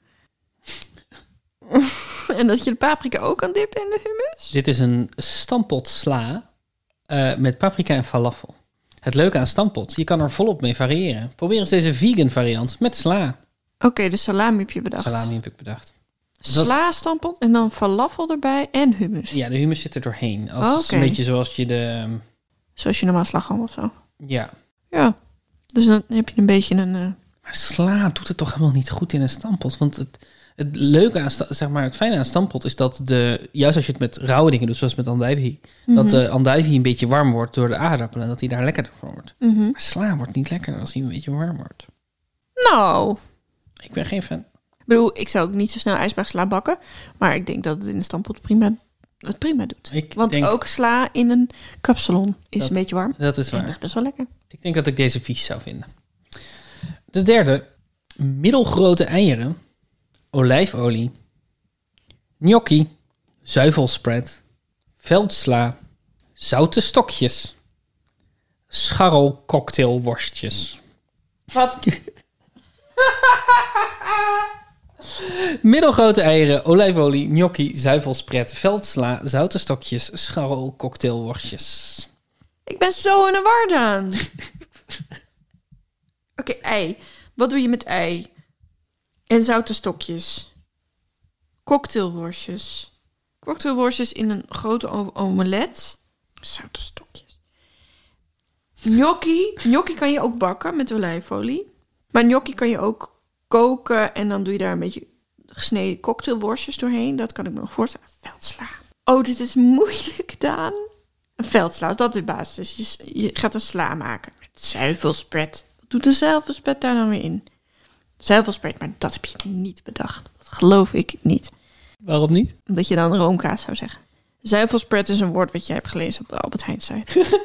En dat je de paprika ook kan dippen in de hummus. Dit is een stampot sla met paprika en falafel. Het leuke aan stampot, je kan er volop mee variëren. Probeer eens deze vegan variant met sla. Oké, de salami heb je bedacht. Salami heb ik bedacht. Sla, stampot en dan falafel erbij en hummus. Ja, de hummus zit er doorheen. Als Oh, oké. een beetje zoals je de... Zoals je normaal slagroom of zo. Ja. Ja. Dus dan heb je een beetje een... Maar sla doet het toch helemaal niet goed in een stampot. Want het leuke aan, zeg maar, het fijne aan stampot is dat juist als je het met rauwe dingen doet, zoals met andijvie, dat de andijvie een beetje warm wordt door de aardappelen en dat hij daar lekkerder van wordt. Mhm. Maar sla wordt niet lekkerder als hij een beetje warm wordt. Nou, Ik ben geen fan. ik bedoel, ik zou ook niet zo snel ijsbergsla bakken. Maar ik denk dat het in de stampot het prima doet. Want denk, ook sla in een kapsalon is Dat- een beetje warm. dat is En dat waar. is best wel lekker. Ik denk dat ik deze vies zou vinden. De derde, middelgrote eieren, olijfolie, gnocchi, zuivelspread, veldsla, zoute stokjes, scharrel cocktailworstjes. Wat? Middelgrote eieren, olijfolie, gnocchi, zuivelspread, veldsla, zoute stokjes, scharrel cocktailworstjes. Ik ben zo in de war dan. Oké, ei. Wat doe je met ei? En zoute stokjes. Cocktailworstjes. Cocktailworstjes in een grote omelet. Zoute stokjes. Gnocchi. Gnocchi kan je ook bakken met olijfolie. Maar gnocchi kan je ook koken en dan doe je daar een beetje gesneden cocktailworstjes doorheen. Dat kan ik me nog voorstellen. Veldsla. Oh, dit is moeilijk, Daan. Een veldsla, is dat de basis. Dus je gaat een sla maken met zuivelspread. Wat doet een zuivelspread daar dan weer in? Zuivelspread, maar dat heb je niet bedacht. Dat geloof ik niet. Waarom niet? Omdat je dan roomkaas zou zeggen. Zuivelspread is een woord wat jij hebt gelezen op de Albert Heijn site.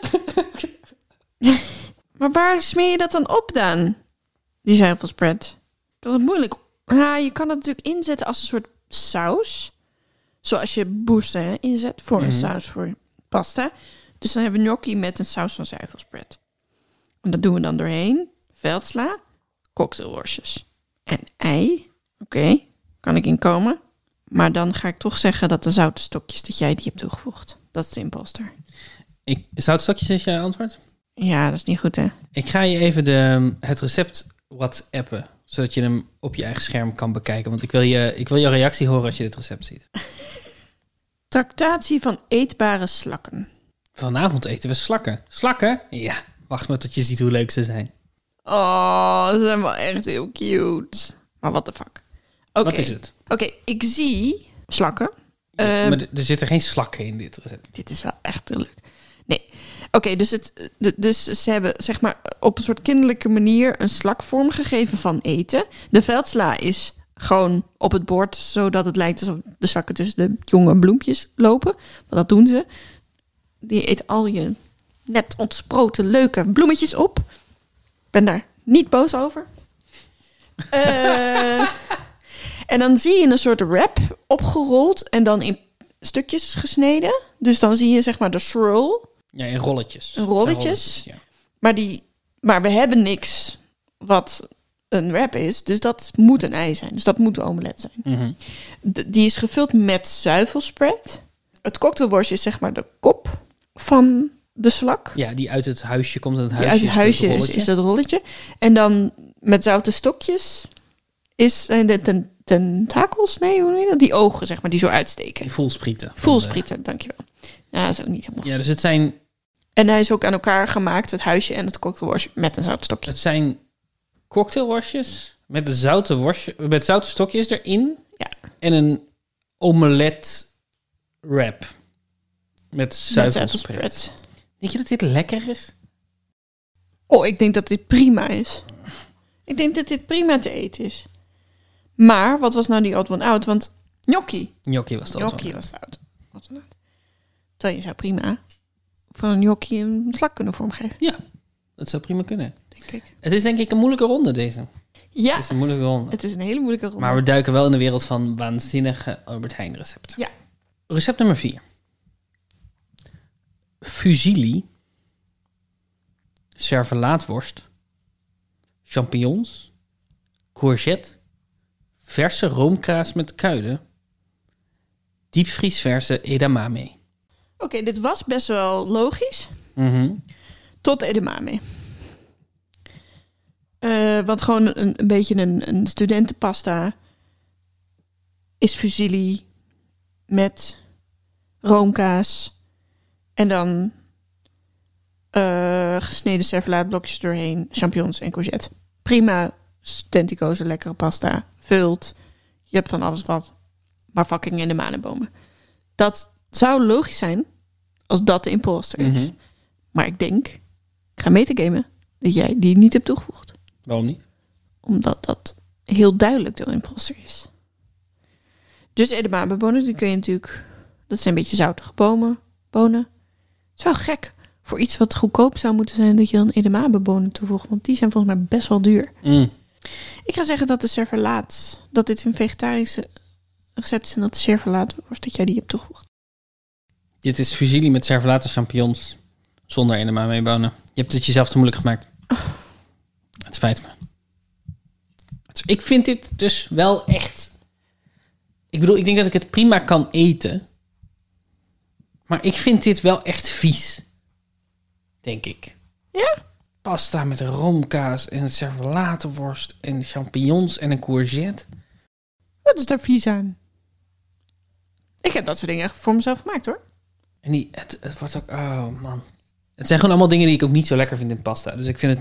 Maar waar smeer je dat dan op dan? Die zuivelspread. Dat is moeilijk. Je kan het natuurlijk inzetten als een soort saus. Zoals je boursin inzet voor een saus voor pasta. Dus dan hebben we gnocchi met een saus van zuivelspread. En dat doen we dan doorheen. Veldsla, cocktailworstjes en ei. Oké, kan ik inkomen. Maar dan ga ik toch zeggen dat de zoute stokjes, dat jij die hebt toegevoegd. Dat is de imposter. Zoute stokjes is je antwoord? Ja, dat is niet goed, hè? Ik ga je even het recept WhatsAppen, zodat je hem op je eigen scherm kan bekijken. Want ik wil jouw reactie horen als je dit recept ziet. Tractatie van eetbare slakken. Vanavond eten we slakken. Slakken? Ja, wacht maar tot je ziet hoe leuk ze zijn. Oh, ze zijn wel echt heel cute. Maar what the fuck? Oké. Wat is het? Oké, ik zie slakken. Maar er zitten geen slakken in dit recept. Dit is wel echt heel leuk. Nee. Oké, dus ze hebben zeg maar op een soort kinderlijke manier een slak vormgegeven van eten. De veldsla is gewoon op het bord, zodat het lijkt alsof de slakken tussen de jonge bloempjes lopen. Want dat doen ze. Die eet al je net ontsproten leuke bloemetjes op. Ik ben daar niet boos over. En dan zie je een soort wrap opgerold en dan in stukjes gesneden. Dus dan zie je zeg maar de swirl. Ja, in rolletjes. In rolletjes? Ja. Maar we hebben niks wat een wrap is. Dus dat moet een ei zijn. Dus dat moet een omelet zijn. Mhm. Die is gevuld met zuivelspread. Het cocktailworstje is zeg maar de kop van de slak. Ja, die uit het huisje komt. En het Die huisje uit het huisje rolletje. is dat rolletje. En dan met zoute stokjes zijn de tentakels. Nee, hoe noem je dat? Die ogen, zeg maar, die zo uitsteken. Die voelsprieten. Voelsprieten, dankjewel. Ja, dat is ook niet helemaal. Ja, dus het zijn En hij is ook aan elkaar gemaakt, het huisje en het cocktailworstje, met een zout stokje. Het zijn cocktailworstjes met met zoute stokjes erin. Ja. En een omelet wrap met zuivelspread. Denk je dat dit lekker is? Oh, ik denk dat dit prima is. Ik denk dat dit prima te eten is. Maar, wat was nou die odd one out? Want gnocchi. Gnocchi was dat. Gnocchi was de odd one out. Terwijl je zou prima van een gnocchi een slak kunnen vormgeven. Ja, dat zou prima kunnen. Denk ik. Het is denk ik een moeilijke ronde deze. Ja, Het is een moeilijke ronde. het is een hele moeilijke ronde. Maar we duiken wel in de wereld van waanzinnige Albert Heijn recepten. Ja. Recept nummer 4. fusilli, servelaatworst, champignons, courgette, verse roomkaas met kuiden, diepvriesverse edamame. Oké, dit was best wel logisch. Tot edamame. Want gewoon een beetje een studentenpasta is fusilli met roomkaas en dan gesneden servelaatblokjes doorheen, champignons en courgette. Prima studenticoze, lekkere pasta. Vult. Je hebt van alles wat. Maar fucking edamanebomen. Dat zou logisch zijn als dat de imposter is. Maar ik denk, ik ga metagamen, dat jij die niet hebt toegevoegd. Waarom niet? Omdat dat heel duidelijk de imposter is. Dus edamamebonen, die kun je natuurlijk... Dat zijn een beetje zoutige bonen. Het is wel gek voor iets wat goedkoop zou moeten zijn... dat je dan edamamebonen toevoegt. Want die zijn volgens mij best wel duur. Ik ga zeggen dat de servelaat... dat dit een vegetarische recept is... en dat de servelaatworst, dat jij die hebt toegevoegd. Dit is fusilli met servelaat en champignons. Zonder edamamebonen. Je hebt het jezelf te moeilijk gemaakt. Het spijt me. Ik vind dit dus wel echt... Ik bedoel, ik denk dat ik het prima kan eten. Maar ik vind dit wel echt vies. Denk ik. Ja? Pasta met roomkaas en servelatenworst en champignons en een courgette. Wat is daar vies aan? Ik heb dat soort dingen echt voor mezelf gemaakt, hoor. En het wordt ook... Oh, man. Het zijn gewoon allemaal dingen die ik ook niet zo lekker vind in pasta. Dus ik vind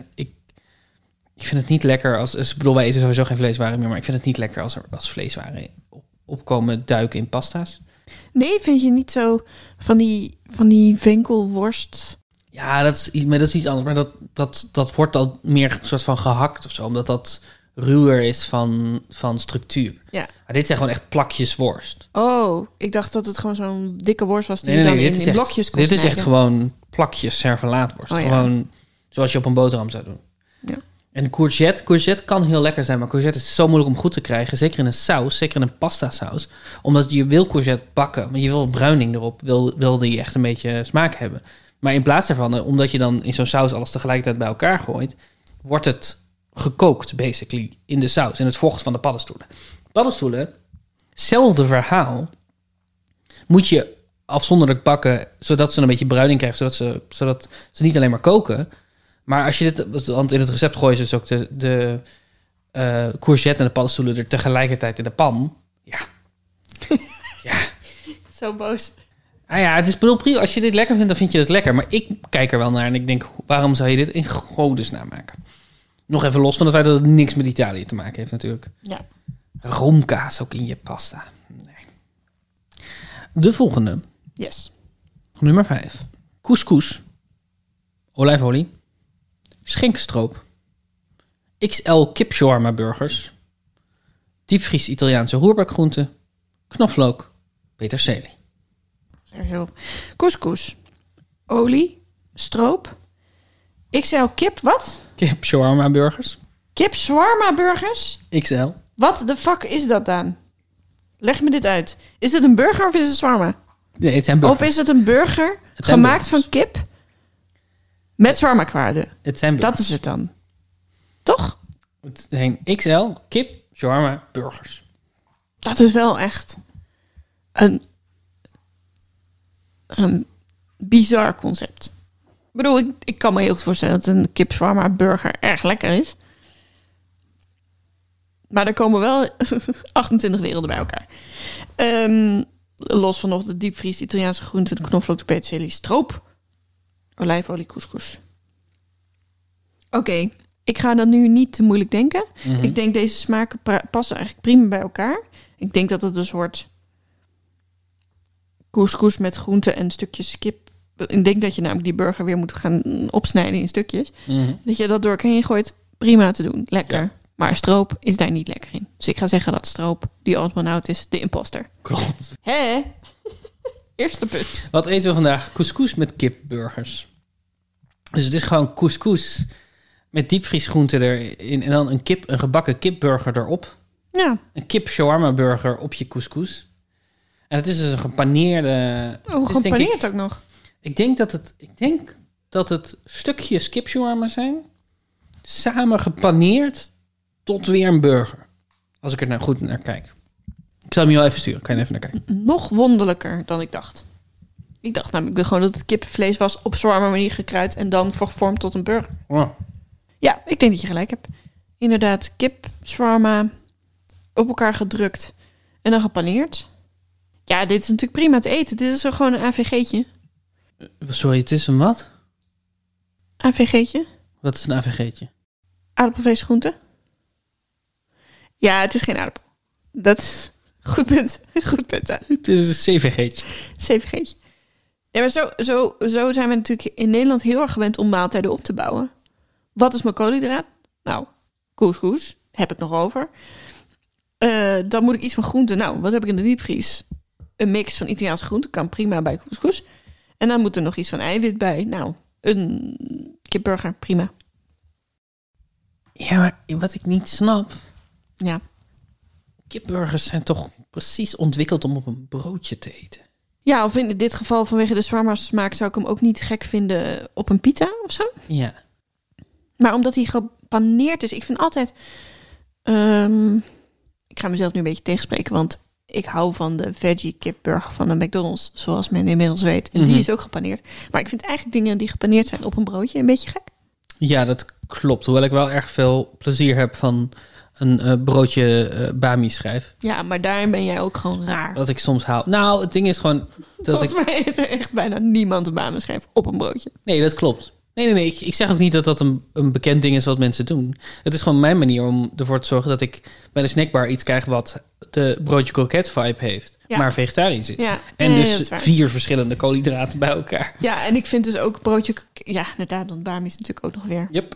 het niet lekker als... Ik bedoel, wij eten sowieso geen vleeswaren meer... maar ik vind het niet lekker als er als vleeswaren opkomen duiken in pasta's. Nee, vind je niet zo van die venkelworst? Ja, dat is iets anders. Maar dat wordt dan meer een soort van gehakt of zo. Omdat dat ruwer is van structuur. Ja. Maar dit zijn gewoon echt plakjes worst. Oh, ik dacht dat het gewoon zo'n dikke worst was... die je dan in blokjes kon Dit is snijden. echt gewoon plakjes servelaatworst. Oh, ja. Gewoon zoals je op een boterham zou doen. Ja. En courgette kan heel lekker zijn, maar courgette is zo moeilijk om goed te krijgen. Zeker in een saus, zeker in een pasta saus. Omdat je wil courgette bakken, maar je wil bruining erop. Wil die echt een beetje smaak hebben. Maar in plaats daarvan, omdat je dan in zo'n saus alles tegelijkertijd bij elkaar gooit... wordt het gekookt, basically, in de saus. In het vocht van de paddenstoelen. Paddenstoelen, hetzelfde verhaal. Moet je afzonderlijk bakken, zodat ze een beetje bruining krijgen. Zodat ze niet alleen maar koken... Maar als je dit, want in het recept gooien ze dus ook de courgette en de paddenstoelen er tegelijkertijd in de pan. Ja. Ja. Zo boos. Ah ja, het is prima. Als je dit lekker vindt, dan vind je het lekker. Maar ik kijk er wel naar en ik denk, waarom zou je dit in godesnaam maken? Nog even los van het feit dat het niks met Italië te maken heeft natuurlijk. Ja. Roomkaas ook in je pasta. Nee. De volgende. Yes. Nummer 5. Couscous. Olijfolie. Schinkenstroop. XL kip shawarma burgers. Diepvries Italiaanse roerbakgroenten. Knoflook. Peterselie. Zo. Couscous. Olie. Stroop. XL kip, wat? Kip shawarma burgers. Kip shawarma burgers? XL. Wat de fuck is dat dan? Leg me dit uit. Is het een burger of is het shawarma? Nee, het zijn burgers. Of is het een burger Het zijn gemaakt burgers. van kip met shawarma-kruiden? Het zijn burgers. Dat is het dan. Toch? Het zijn XL kip shawarma burgers. Dat is wel echt een bizar concept. Ik bedoel, ik kan me heel goed voorstellen dat een kip shawarma burger erg lekker is. Maar er komen wel 28 werelden bij elkaar. Los van nog de diepvries, Italiaanse groenten, de knoflook, de peterselie, stroop, olijfolie, couscous. Oké, ik ga dan nu niet te moeilijk denken. Mhm. Ik denk deze smaken passen eigenlijk prima bij elkaar. Ik denk dat het een soort couscous met groenten en stukjes kip. Ik denk dat je namelijk die burger weer moet gaan opsnijden in stukjes. Mhm. Dat je dat door elkaar heen gooit, prima te doen. Lekker. Ja. Maar stroop is daar niet lekker in. Dus ik ga zeggen dat stroop, die odd man out is, de imposter. Klopt. Hè? Eerste punt. Wat eten we vandaag? Couscous met kipburgers. Dus het is gewoon couscous met diepvriesgroenten erin en dan een gebakken kipburger erop. Ja. Een kip shawarma burger op je couscous. En het is dus een gepaneerde... Oh, het is denk gepaneerd ook nog. Ik denk dat het stukjes kipshawarma zijn, samen gepaneerd tot weer een burger. Als ik er nou goed naar kijk. Ik zal hem je wel even sturen. Kan je even naar kijken? Nog wonderlijker dan ik dacht. Ik dacht namelijk gewoon dat het kipvlees was op shawarma manier gekruid en dan vervormd tot een burger. Wow. Ja, ik denk dat je gelijk hebt. Inderdaad, kip, shawarma, op elkaar gedrukt en dan gepaneerd. Ja, dit is natuurlijk prima te eten. Dit is zo gewoon een AVG'tje. Sorry, het is een wat? AVG'tje? Wat is een AVG'tje? Aardappelvleesgroente? Ja, het is geen aardappel. Dat is goed punt. Goed punt. Hè? Het is een CVG'tje. CVG'tje. Ja, maar zo zijn we natuurlijk in Nederland heel erg gewend om maaltijden op te bouwen. Wat is mijn koolhydraat? Nou, couscous. Heb ik nog over. Dan moet ik iets van groenten. Nou, wat heb ik in de diepvries? Een mix van Italiaanse groenten. Kan prima bij couscous. En dan moet er nog iets van eiwit bij. Nou, een kipburger. Prima. Ja, maar wat ik niet snap... Ja. Kipburgers zijn toch precies ontwikkeld om op een broodje te eten? Ja, of in dit geval vanwege de shawarma smaak zou ik hem ook niet gek vinden op een pita of zo. Ja. Maar omdat hij gepaneerd is, ik vind altijd... ik ga mezelf nu een beetje tegenspreken, want ik hou van de veggie kipburger van de McDonald's, zoals men inmiddels weet. En die is ook gepaneerd. Maar ik vind eigenlijk dingen die gepaneerd zijn op een broodje een beetje gek. Ja, dat klopt. Hoewel ik wel erg veel plezier heb van een broodje bami schijf. Ja, maar daarin ben jij ook gewoon raar. Dat ik soms hou. Nou, het ding is gewoon... Volgens mij eet er echt bijna niemand een bami-schijf op een broodje. Nee, dat klopt. Nee. Ik zeg ook niet dat dat een bekend ding is wat mensen doen. Het is gewoon mijn manier om ervoor te zorgen dat ik bij de snackbar iets krijg wat de broodje kroket vibe heeft, maar vegetarisch is. Ja. En Nee, dus 4 verschillende koolhydraten bij elkaar. Ja, en ik vind dus ook broodje... Ja, inderdaad, want bami is natuurlijk ook nog weer... Yep.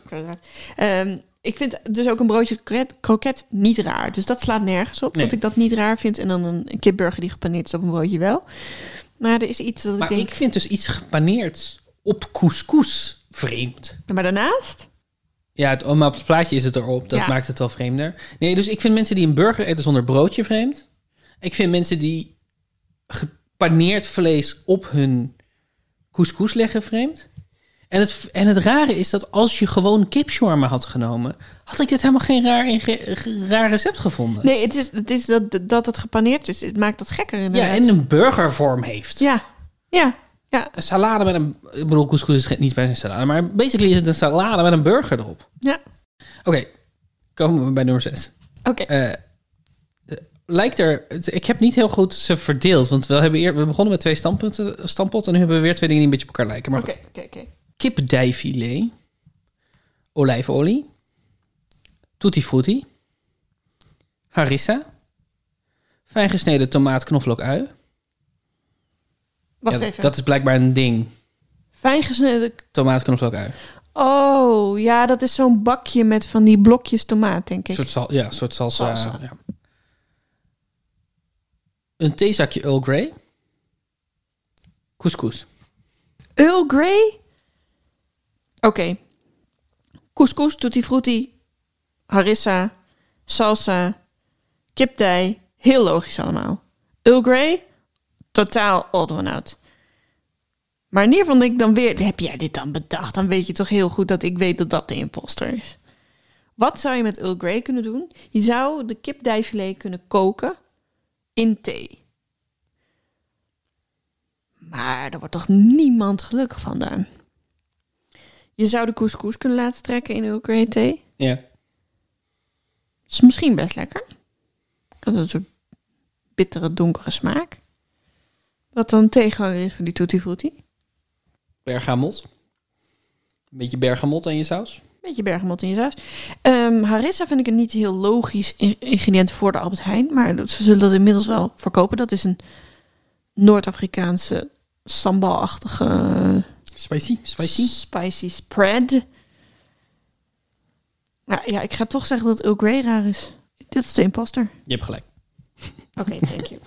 Ik vind dus ook een broodje kroket niet raar. Dus dat slaat nergens op, dat ik dat niet raar vind. En dan een kipburger die gepaneerd is op een broodje wel. Maar er is iets dat maar ik denk... ik vind dus iets gepaneerds op couscous vreemd. Maar daarnaast? Ja, maar op het plaatje is het erop. Dat maakt het wel vreemder. Nee, dus ik vind mensen die een burger eten zonder broodje vreemd. Ik vind mensen die gepaneerd vlees op hun couscous leggen vreemd. En het rare is dat als je gewoon kipshawarma had genomen, had ik dit helemaal geen raar recept gevonden. Nee, het is dat het gepaneerd is. Het maakt dat gekker inderdaad. Ja, en een burgervorm heeft. Ja. Een salade met een... Ik bedoel, couscous is niet bij een salade, maar basically is het een salade met een burger erop. Ja. Oké, komen we bij nummer 6. Oké. Lijkt er... Ik heb niet heel goed ze verdeeld, want we begonnen met 2 stampotten en nu hebben we weer 2 dingen die een beetje op elkaar lijken. Maar Oké. Kipdijfilet, olijfolie, tutti frutti, harissa, fijn gesneden tomaat, knoflook, ui. Wacht even. Dat is blijkbaar een ding. Fijn gesneden... Tomaat, knoflook, ui. Oh, ja, dat is zo'n bakje met van die blokjes tomaat, denk ik. Een soort salsa. Ja. Een theezakje Earl Grey. Couscous. Earl Grey? Oké. Couscous, tutti frutti, harissa, salsa, kipdij. Heel logisch allemaal. Earl Grey? Totaal odd one out. Maar in ieder geval denk ik dan weer... Heb jij dit dan bedacht? Dan weet je toch heel goed dat ik weet dat dat de imposter is. Wat zou je met Earl Grey kunnen doen? Je zou de kipdijfilet kunnen koken in thee. Maar daar wordt toch niemand gelukkig van, Daan? Je zou de couscous kunnen laten trekken in Earl Grey thee. Ja. Is misschien best lekker. Dat is een soort bittere, donkere smaak. Wat dan tegenhanger is van die tutti frutti. Bergamot. Een beetje bergamot in je saus. Beetje bergamot in je saus. Harissa vind ik een niet heel logisch ingrediënt voor de Albert Heijn. Maar ze zullen dat inmiddels wel verkopen. Dat is een Noord-Afrikaanse sambal-achtige... Spicy spread. Nou, ja, ik ga toch zeggen dat Earl Grey raar is. Dit is de imposter. Je hebt gelijk. Oké, thank you.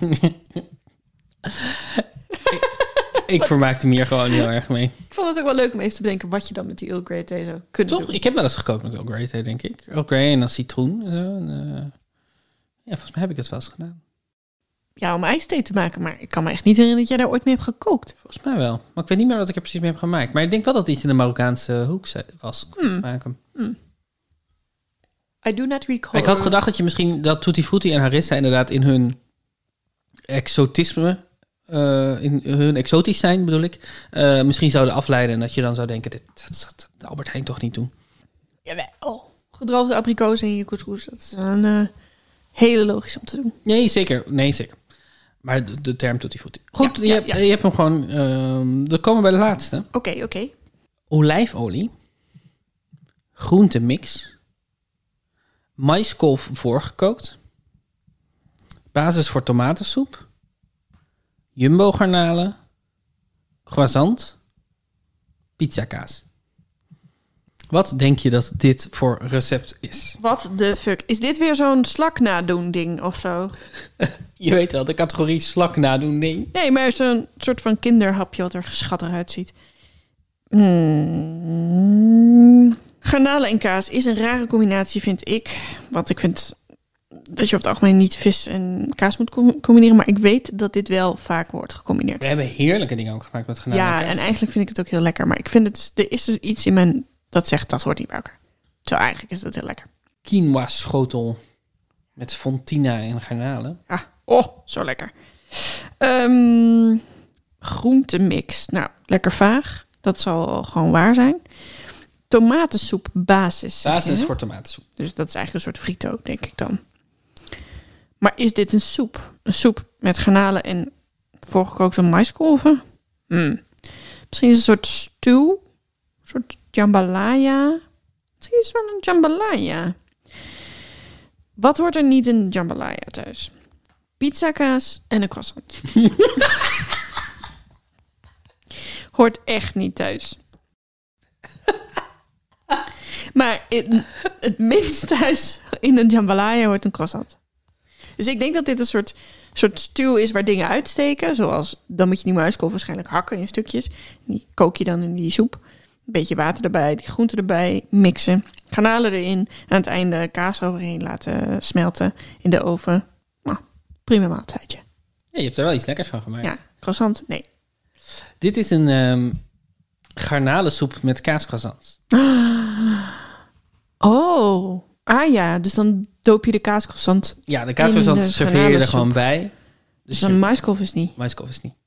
Ik vermaakte me hier gewoon heel erg mee. Ik vond het ook wel leuk om even te bedenken wat je dan met die Earl Grey thee zou kunnen Toch? doen. Ik heb wel eens gekookt met Earl Grey thee, denk ik. Earl Grey en dan citroen. En zo. Ja, volgens mij heb ik het wel eens gedaan. om ijsthee te maken. Maar ik kan me echt niet herinneren dat jij daar ooit mee hebt gekookt. Volgens mij wel. Maar ik weet niet meer wat ik er precies mee heb gemaakt. Maar ik denk wel dat het iets in de Marokkaanse hoek was. Maken. I do not recall. Ik had gedacht dat je misschien dat Tutti Frutti en Harissa inderdaad in hun exotisme, in hun exotisch zijn bedoel ik, misschien zouden afleiden. En dat je dan zou denken, dat gaat Albert Heijn toch niet doen. Jawel. Gedroogde abrikozen in je couscous. Dat is een hele logisch om te doen. Nee, zeker. Maar de term Tutti Frutti. Goed, je hebt hem gewoon. We komen bij de laatste. Oké. Olijfolie. Groentemix. Maiskolf voorgekookt. Basis voor tomatensoep. Jumbo garnalen. Croissant. Pizzakaas. Wat denk je dat dit voor recept is? Wat de fuck? Is dit weer zo'n slak nadoen ding of zo? Je weet wel, de categorie slak nadoen ding. Nee, maar zo'n soort van kinderhapje wat er schattig uitziet. Garnalen en kaas is een rare combinatie, vind ik. Want ik vind dat je over het algemeen niet vis en kaas moet combineren. Maar ik weet dat dit wel vaak wordt gecombineerd. We hebben heerlijke dingen ook gemaakt met garnalen en kaas. Ja, en eigenlijk vind ik het ook heel lekker. Maar ik vind het dus, er is dus iets in mijn dat zegt dat hoort niet bij elkaar. Terwijl eigenlijk is dat heel lekker. Quinoa schotel met fontina en garnalen. Ja, zo lekker. Groentemix. Nou, lekker vaag. Dat zal gewoon waar zijn. Tomatensoep basis. Basis voor tomatensoep. Dus dat is eigenlijk een soort frito, denk ik dan. Maar is dit een soep? Een soep met garnalen en voorgekookte maiskolven? Misschien is het een soort stew. Een soort jambalaya. Misschien is het wel een jambalaya. Wat hoort er niet in jambalaya thuis? Pizzakaas en een croissant. Hoort echt niet thuis. Maar het minst thuis in een jambalaya hoort een croissant. Dus ik denk dat dit een soort stew is waar dingen uitsteken. Zoals, dan moet je die maiskolf waarschijnlijk hakken in stukjes. Die kook je dan in die soep. Een beetje water erbij, die groenten erbij, mixen. Garnalen erin. Aan het einde kaas overheen laten smelten in de oven. Nou, prima maaltijdje. Ja, je hebt er wel iets lekkers van gemaakt. Ja, croissant, nee. Dit is een garnalensoep met kaascroissants. Oh, ja. Dus dan doop je de kaascroissant. Ja, de kaascroissant serveer je er gewoon bij. Dus dan maiskolf is niet. Maiskolf is niet.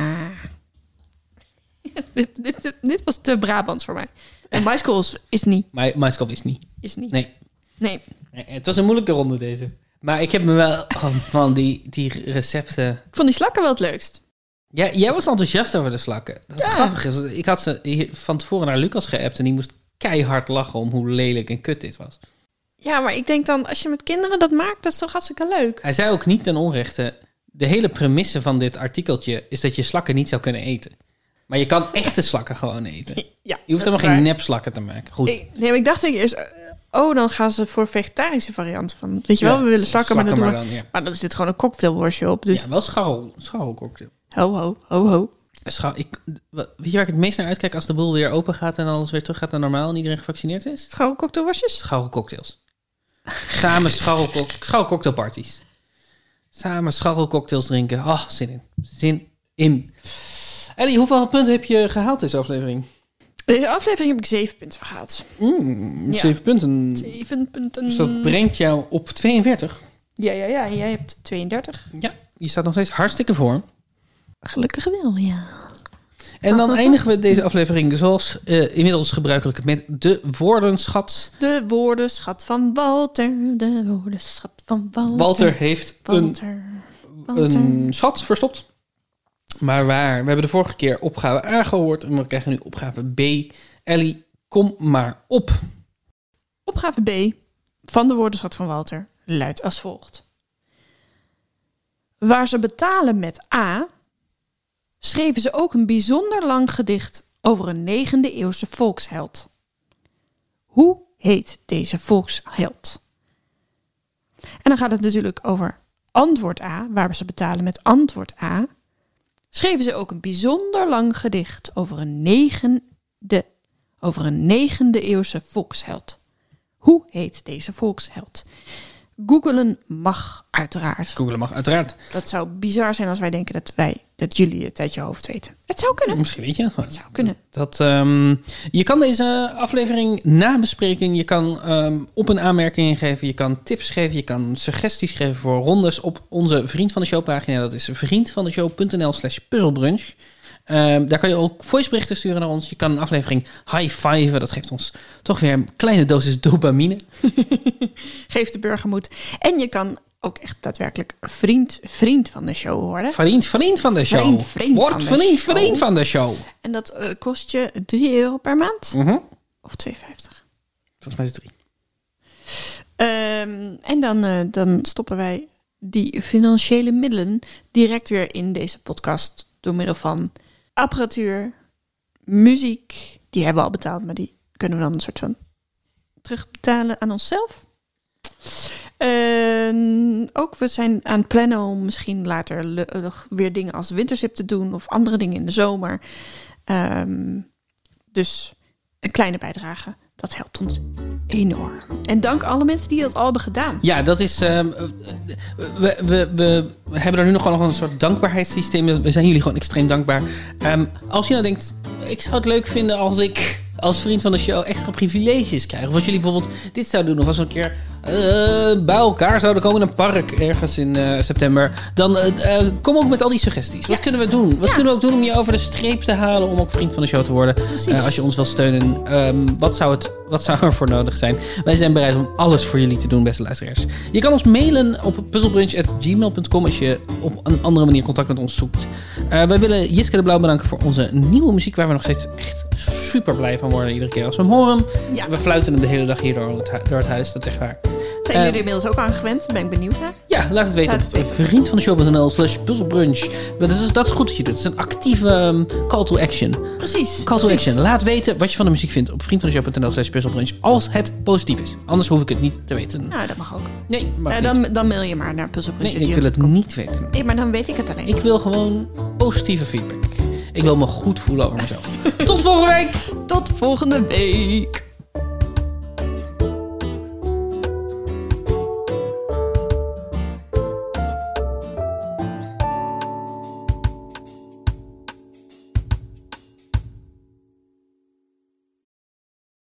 Dit was te Brabants voor mij. En maiskolf is niet. Maiskolf is niet. Is niet. Nee. Het was een moeilijke ronde deze. Maar ik heb me wel van die recepten. Ik vond die slakken wel het leukst. Ja, jij was enthousiast over de slakken. Dat is grappig. Ik had ze hier van tevoren naar Lucas geappt en die moest keihard lachen om hoe lelijk en kut dit was. Ja, maar ik denk dan, als je met kinderen dat maakt, dat is toch hartstikke leuk. Hij zei ook niet ten onrechte, de hele premisse van dit artikeltje is dat je slakken niet zou kunnen eten. Maar je kan echte slakken gewoon eten. Ja, je hoeft helemaal geen nepslakken te maken. Goed. Maar ik dacht eerst, dan gaan ze voor vegetarische varianten van. Weet je wel, we willen slakken, maar dat doen we. Dan, ja. Maar dan is dit gewoon een cocktailworstje op. Dus. Ja, wel scharrelcocktail. Ho. Weet je waar ik het meest naar uitkijk als de boel weer open gaat en alles weer terug gaat naar normaal en iedereen gevaccineerd is? Scharrelcocktailworstjes? Scharrelcocktails. Samen scharrelcocktailparties. Samen scharrelcocktails drinken. Oh, zin in. Ellie, hoeveel punten heb je gehaald deze aflevering? Deze aflevering heb ik 7 punten gehaald. 7 punten. 7 punten. Dus dat brengt jou op 42. Ja. En jij hebt 32. Ja, je staat nog steeds hartstikke voor. Gelukkig wel, ja. En dan eindigen we deze aflevering zoals inmiddels gebruikelijk met de woordenschat. De woordenschat van Walter. De woordenschat van Walter. Walter heeft een schat verstopt. Maar waar? We hebben de vorige keer opgave A gehoord en we krijgen nu opgave B. Ellie, kom maar op. Opgave B van de woordenschat van Walter luidt als volgt. Waar ze betalen met A, schreven ze ook een bijzonder lang gedicht over een 9e eeuwse volksheld. Hoe heet deze volksheld? En dan gaat het natuurlijk over antwoord A, waar ze betalen met antwoord A. Schreven ze ook een bijzonder lang gedicht over een 9e eeuwse volksheld. Hoe heet deze volksheld? Googelen mag uiteraard. Googlen mag uiteraard. Dat zou bizar zijn als wij denken dat jullie het uit je hoofd weten. Het zou kunnen. Misschien weet je het gewoon. Het zou kunnen. Je kan deze aflevering nabespreken. Je kan op een aanmerking geven. Je kan tips geven. Je kan suggesties geven voor rondes op onze Vriend van de Show pagina. Dat is vriendvandeshow.nl/puzzelbrunch. Daar kan je ook voiceberichten sturen naar ons. Je kan een aflevering high-fiven. Dat geeft ons toch weer een kleine dosis dopamine. Geef de burger moed. En je kan ook echt daadwerkelijk vriend van de show worden. Vriend van de show. Word vriend van de show. En dat kost je €3 per maand. Of €2,50. Volgens mij is het 3. En dan stoppen wij die financiële middelen direct weer in deze podcast door middel van apparatuur, muziek. Die hebben we al betaald, maar die kunnen we dan een soort van terugbetalen aan onszelf. Ook we zijn aan het plannen om misschien later nog weer dingen als wintersip te doen of andere dingen in de zomer. Dus een kleine bijdrage. Dat helpt ons enorm. En dank alle mensen die dat al hebben gedaan. Ja, dat is... We hebben er nu nog een soort dankbaarheidssysteem. We zijn jullie gewoon extreem dankbaar. Als je nou denkt, ik zou het leuk vinden als ik als vriend van de show extra privileges krijg. Of als jullie bijvoorbeeld dit zouden doen. Of als we een keer bij elkaar zouden komen in een park ergens in september. Dan kom ook met al die suggesties. Wat kunnen we doen? Wat kunnen we ook doen om je over de streep te halen om ook vriend van de show te worden? Als je ons wil steunen. Wat zou er voor nodig zijn? Wij zijn bereid om alles voor jullie te doen, beste luisteraars. Je kan ons mailen op puzzelbrunch@gmail.com als je op een andere manier contact met ons zoekt. Wij willen Jiske de Blauw bedanken voor onze nieuwe muziek, waar we nog steeds echt super blij van worden iedere keer als we hem horen. Ja. We fluiten hem de hele dag hier door het huis, dat is echt waar. Zijn jullie er inmiddels ook aan gewend? Daar ben ik benieuwd naar. Ja, laat het weten op vriendvandeshow.nl/puzzelbrunch. Dat is goed dat je doet. Het is een actieve call to action. Precies. Call to action. Laat weten wat je van de muziek vindt op vriendvandeshow.nl/puzzelbrunch. Als het positief is. Anders hoef ik het niet te weten. Nou, dat mag ook. Nee, mag niet. Dan mail je maar naar puzzelbrunch. Nee, ik wil het niet weten. Nee, maar dan weet ik het alleen. Ik wil gewoon positieve feedback. Ik wil me goed voelen over mezelf. Tot volgende week. Tot volgende week.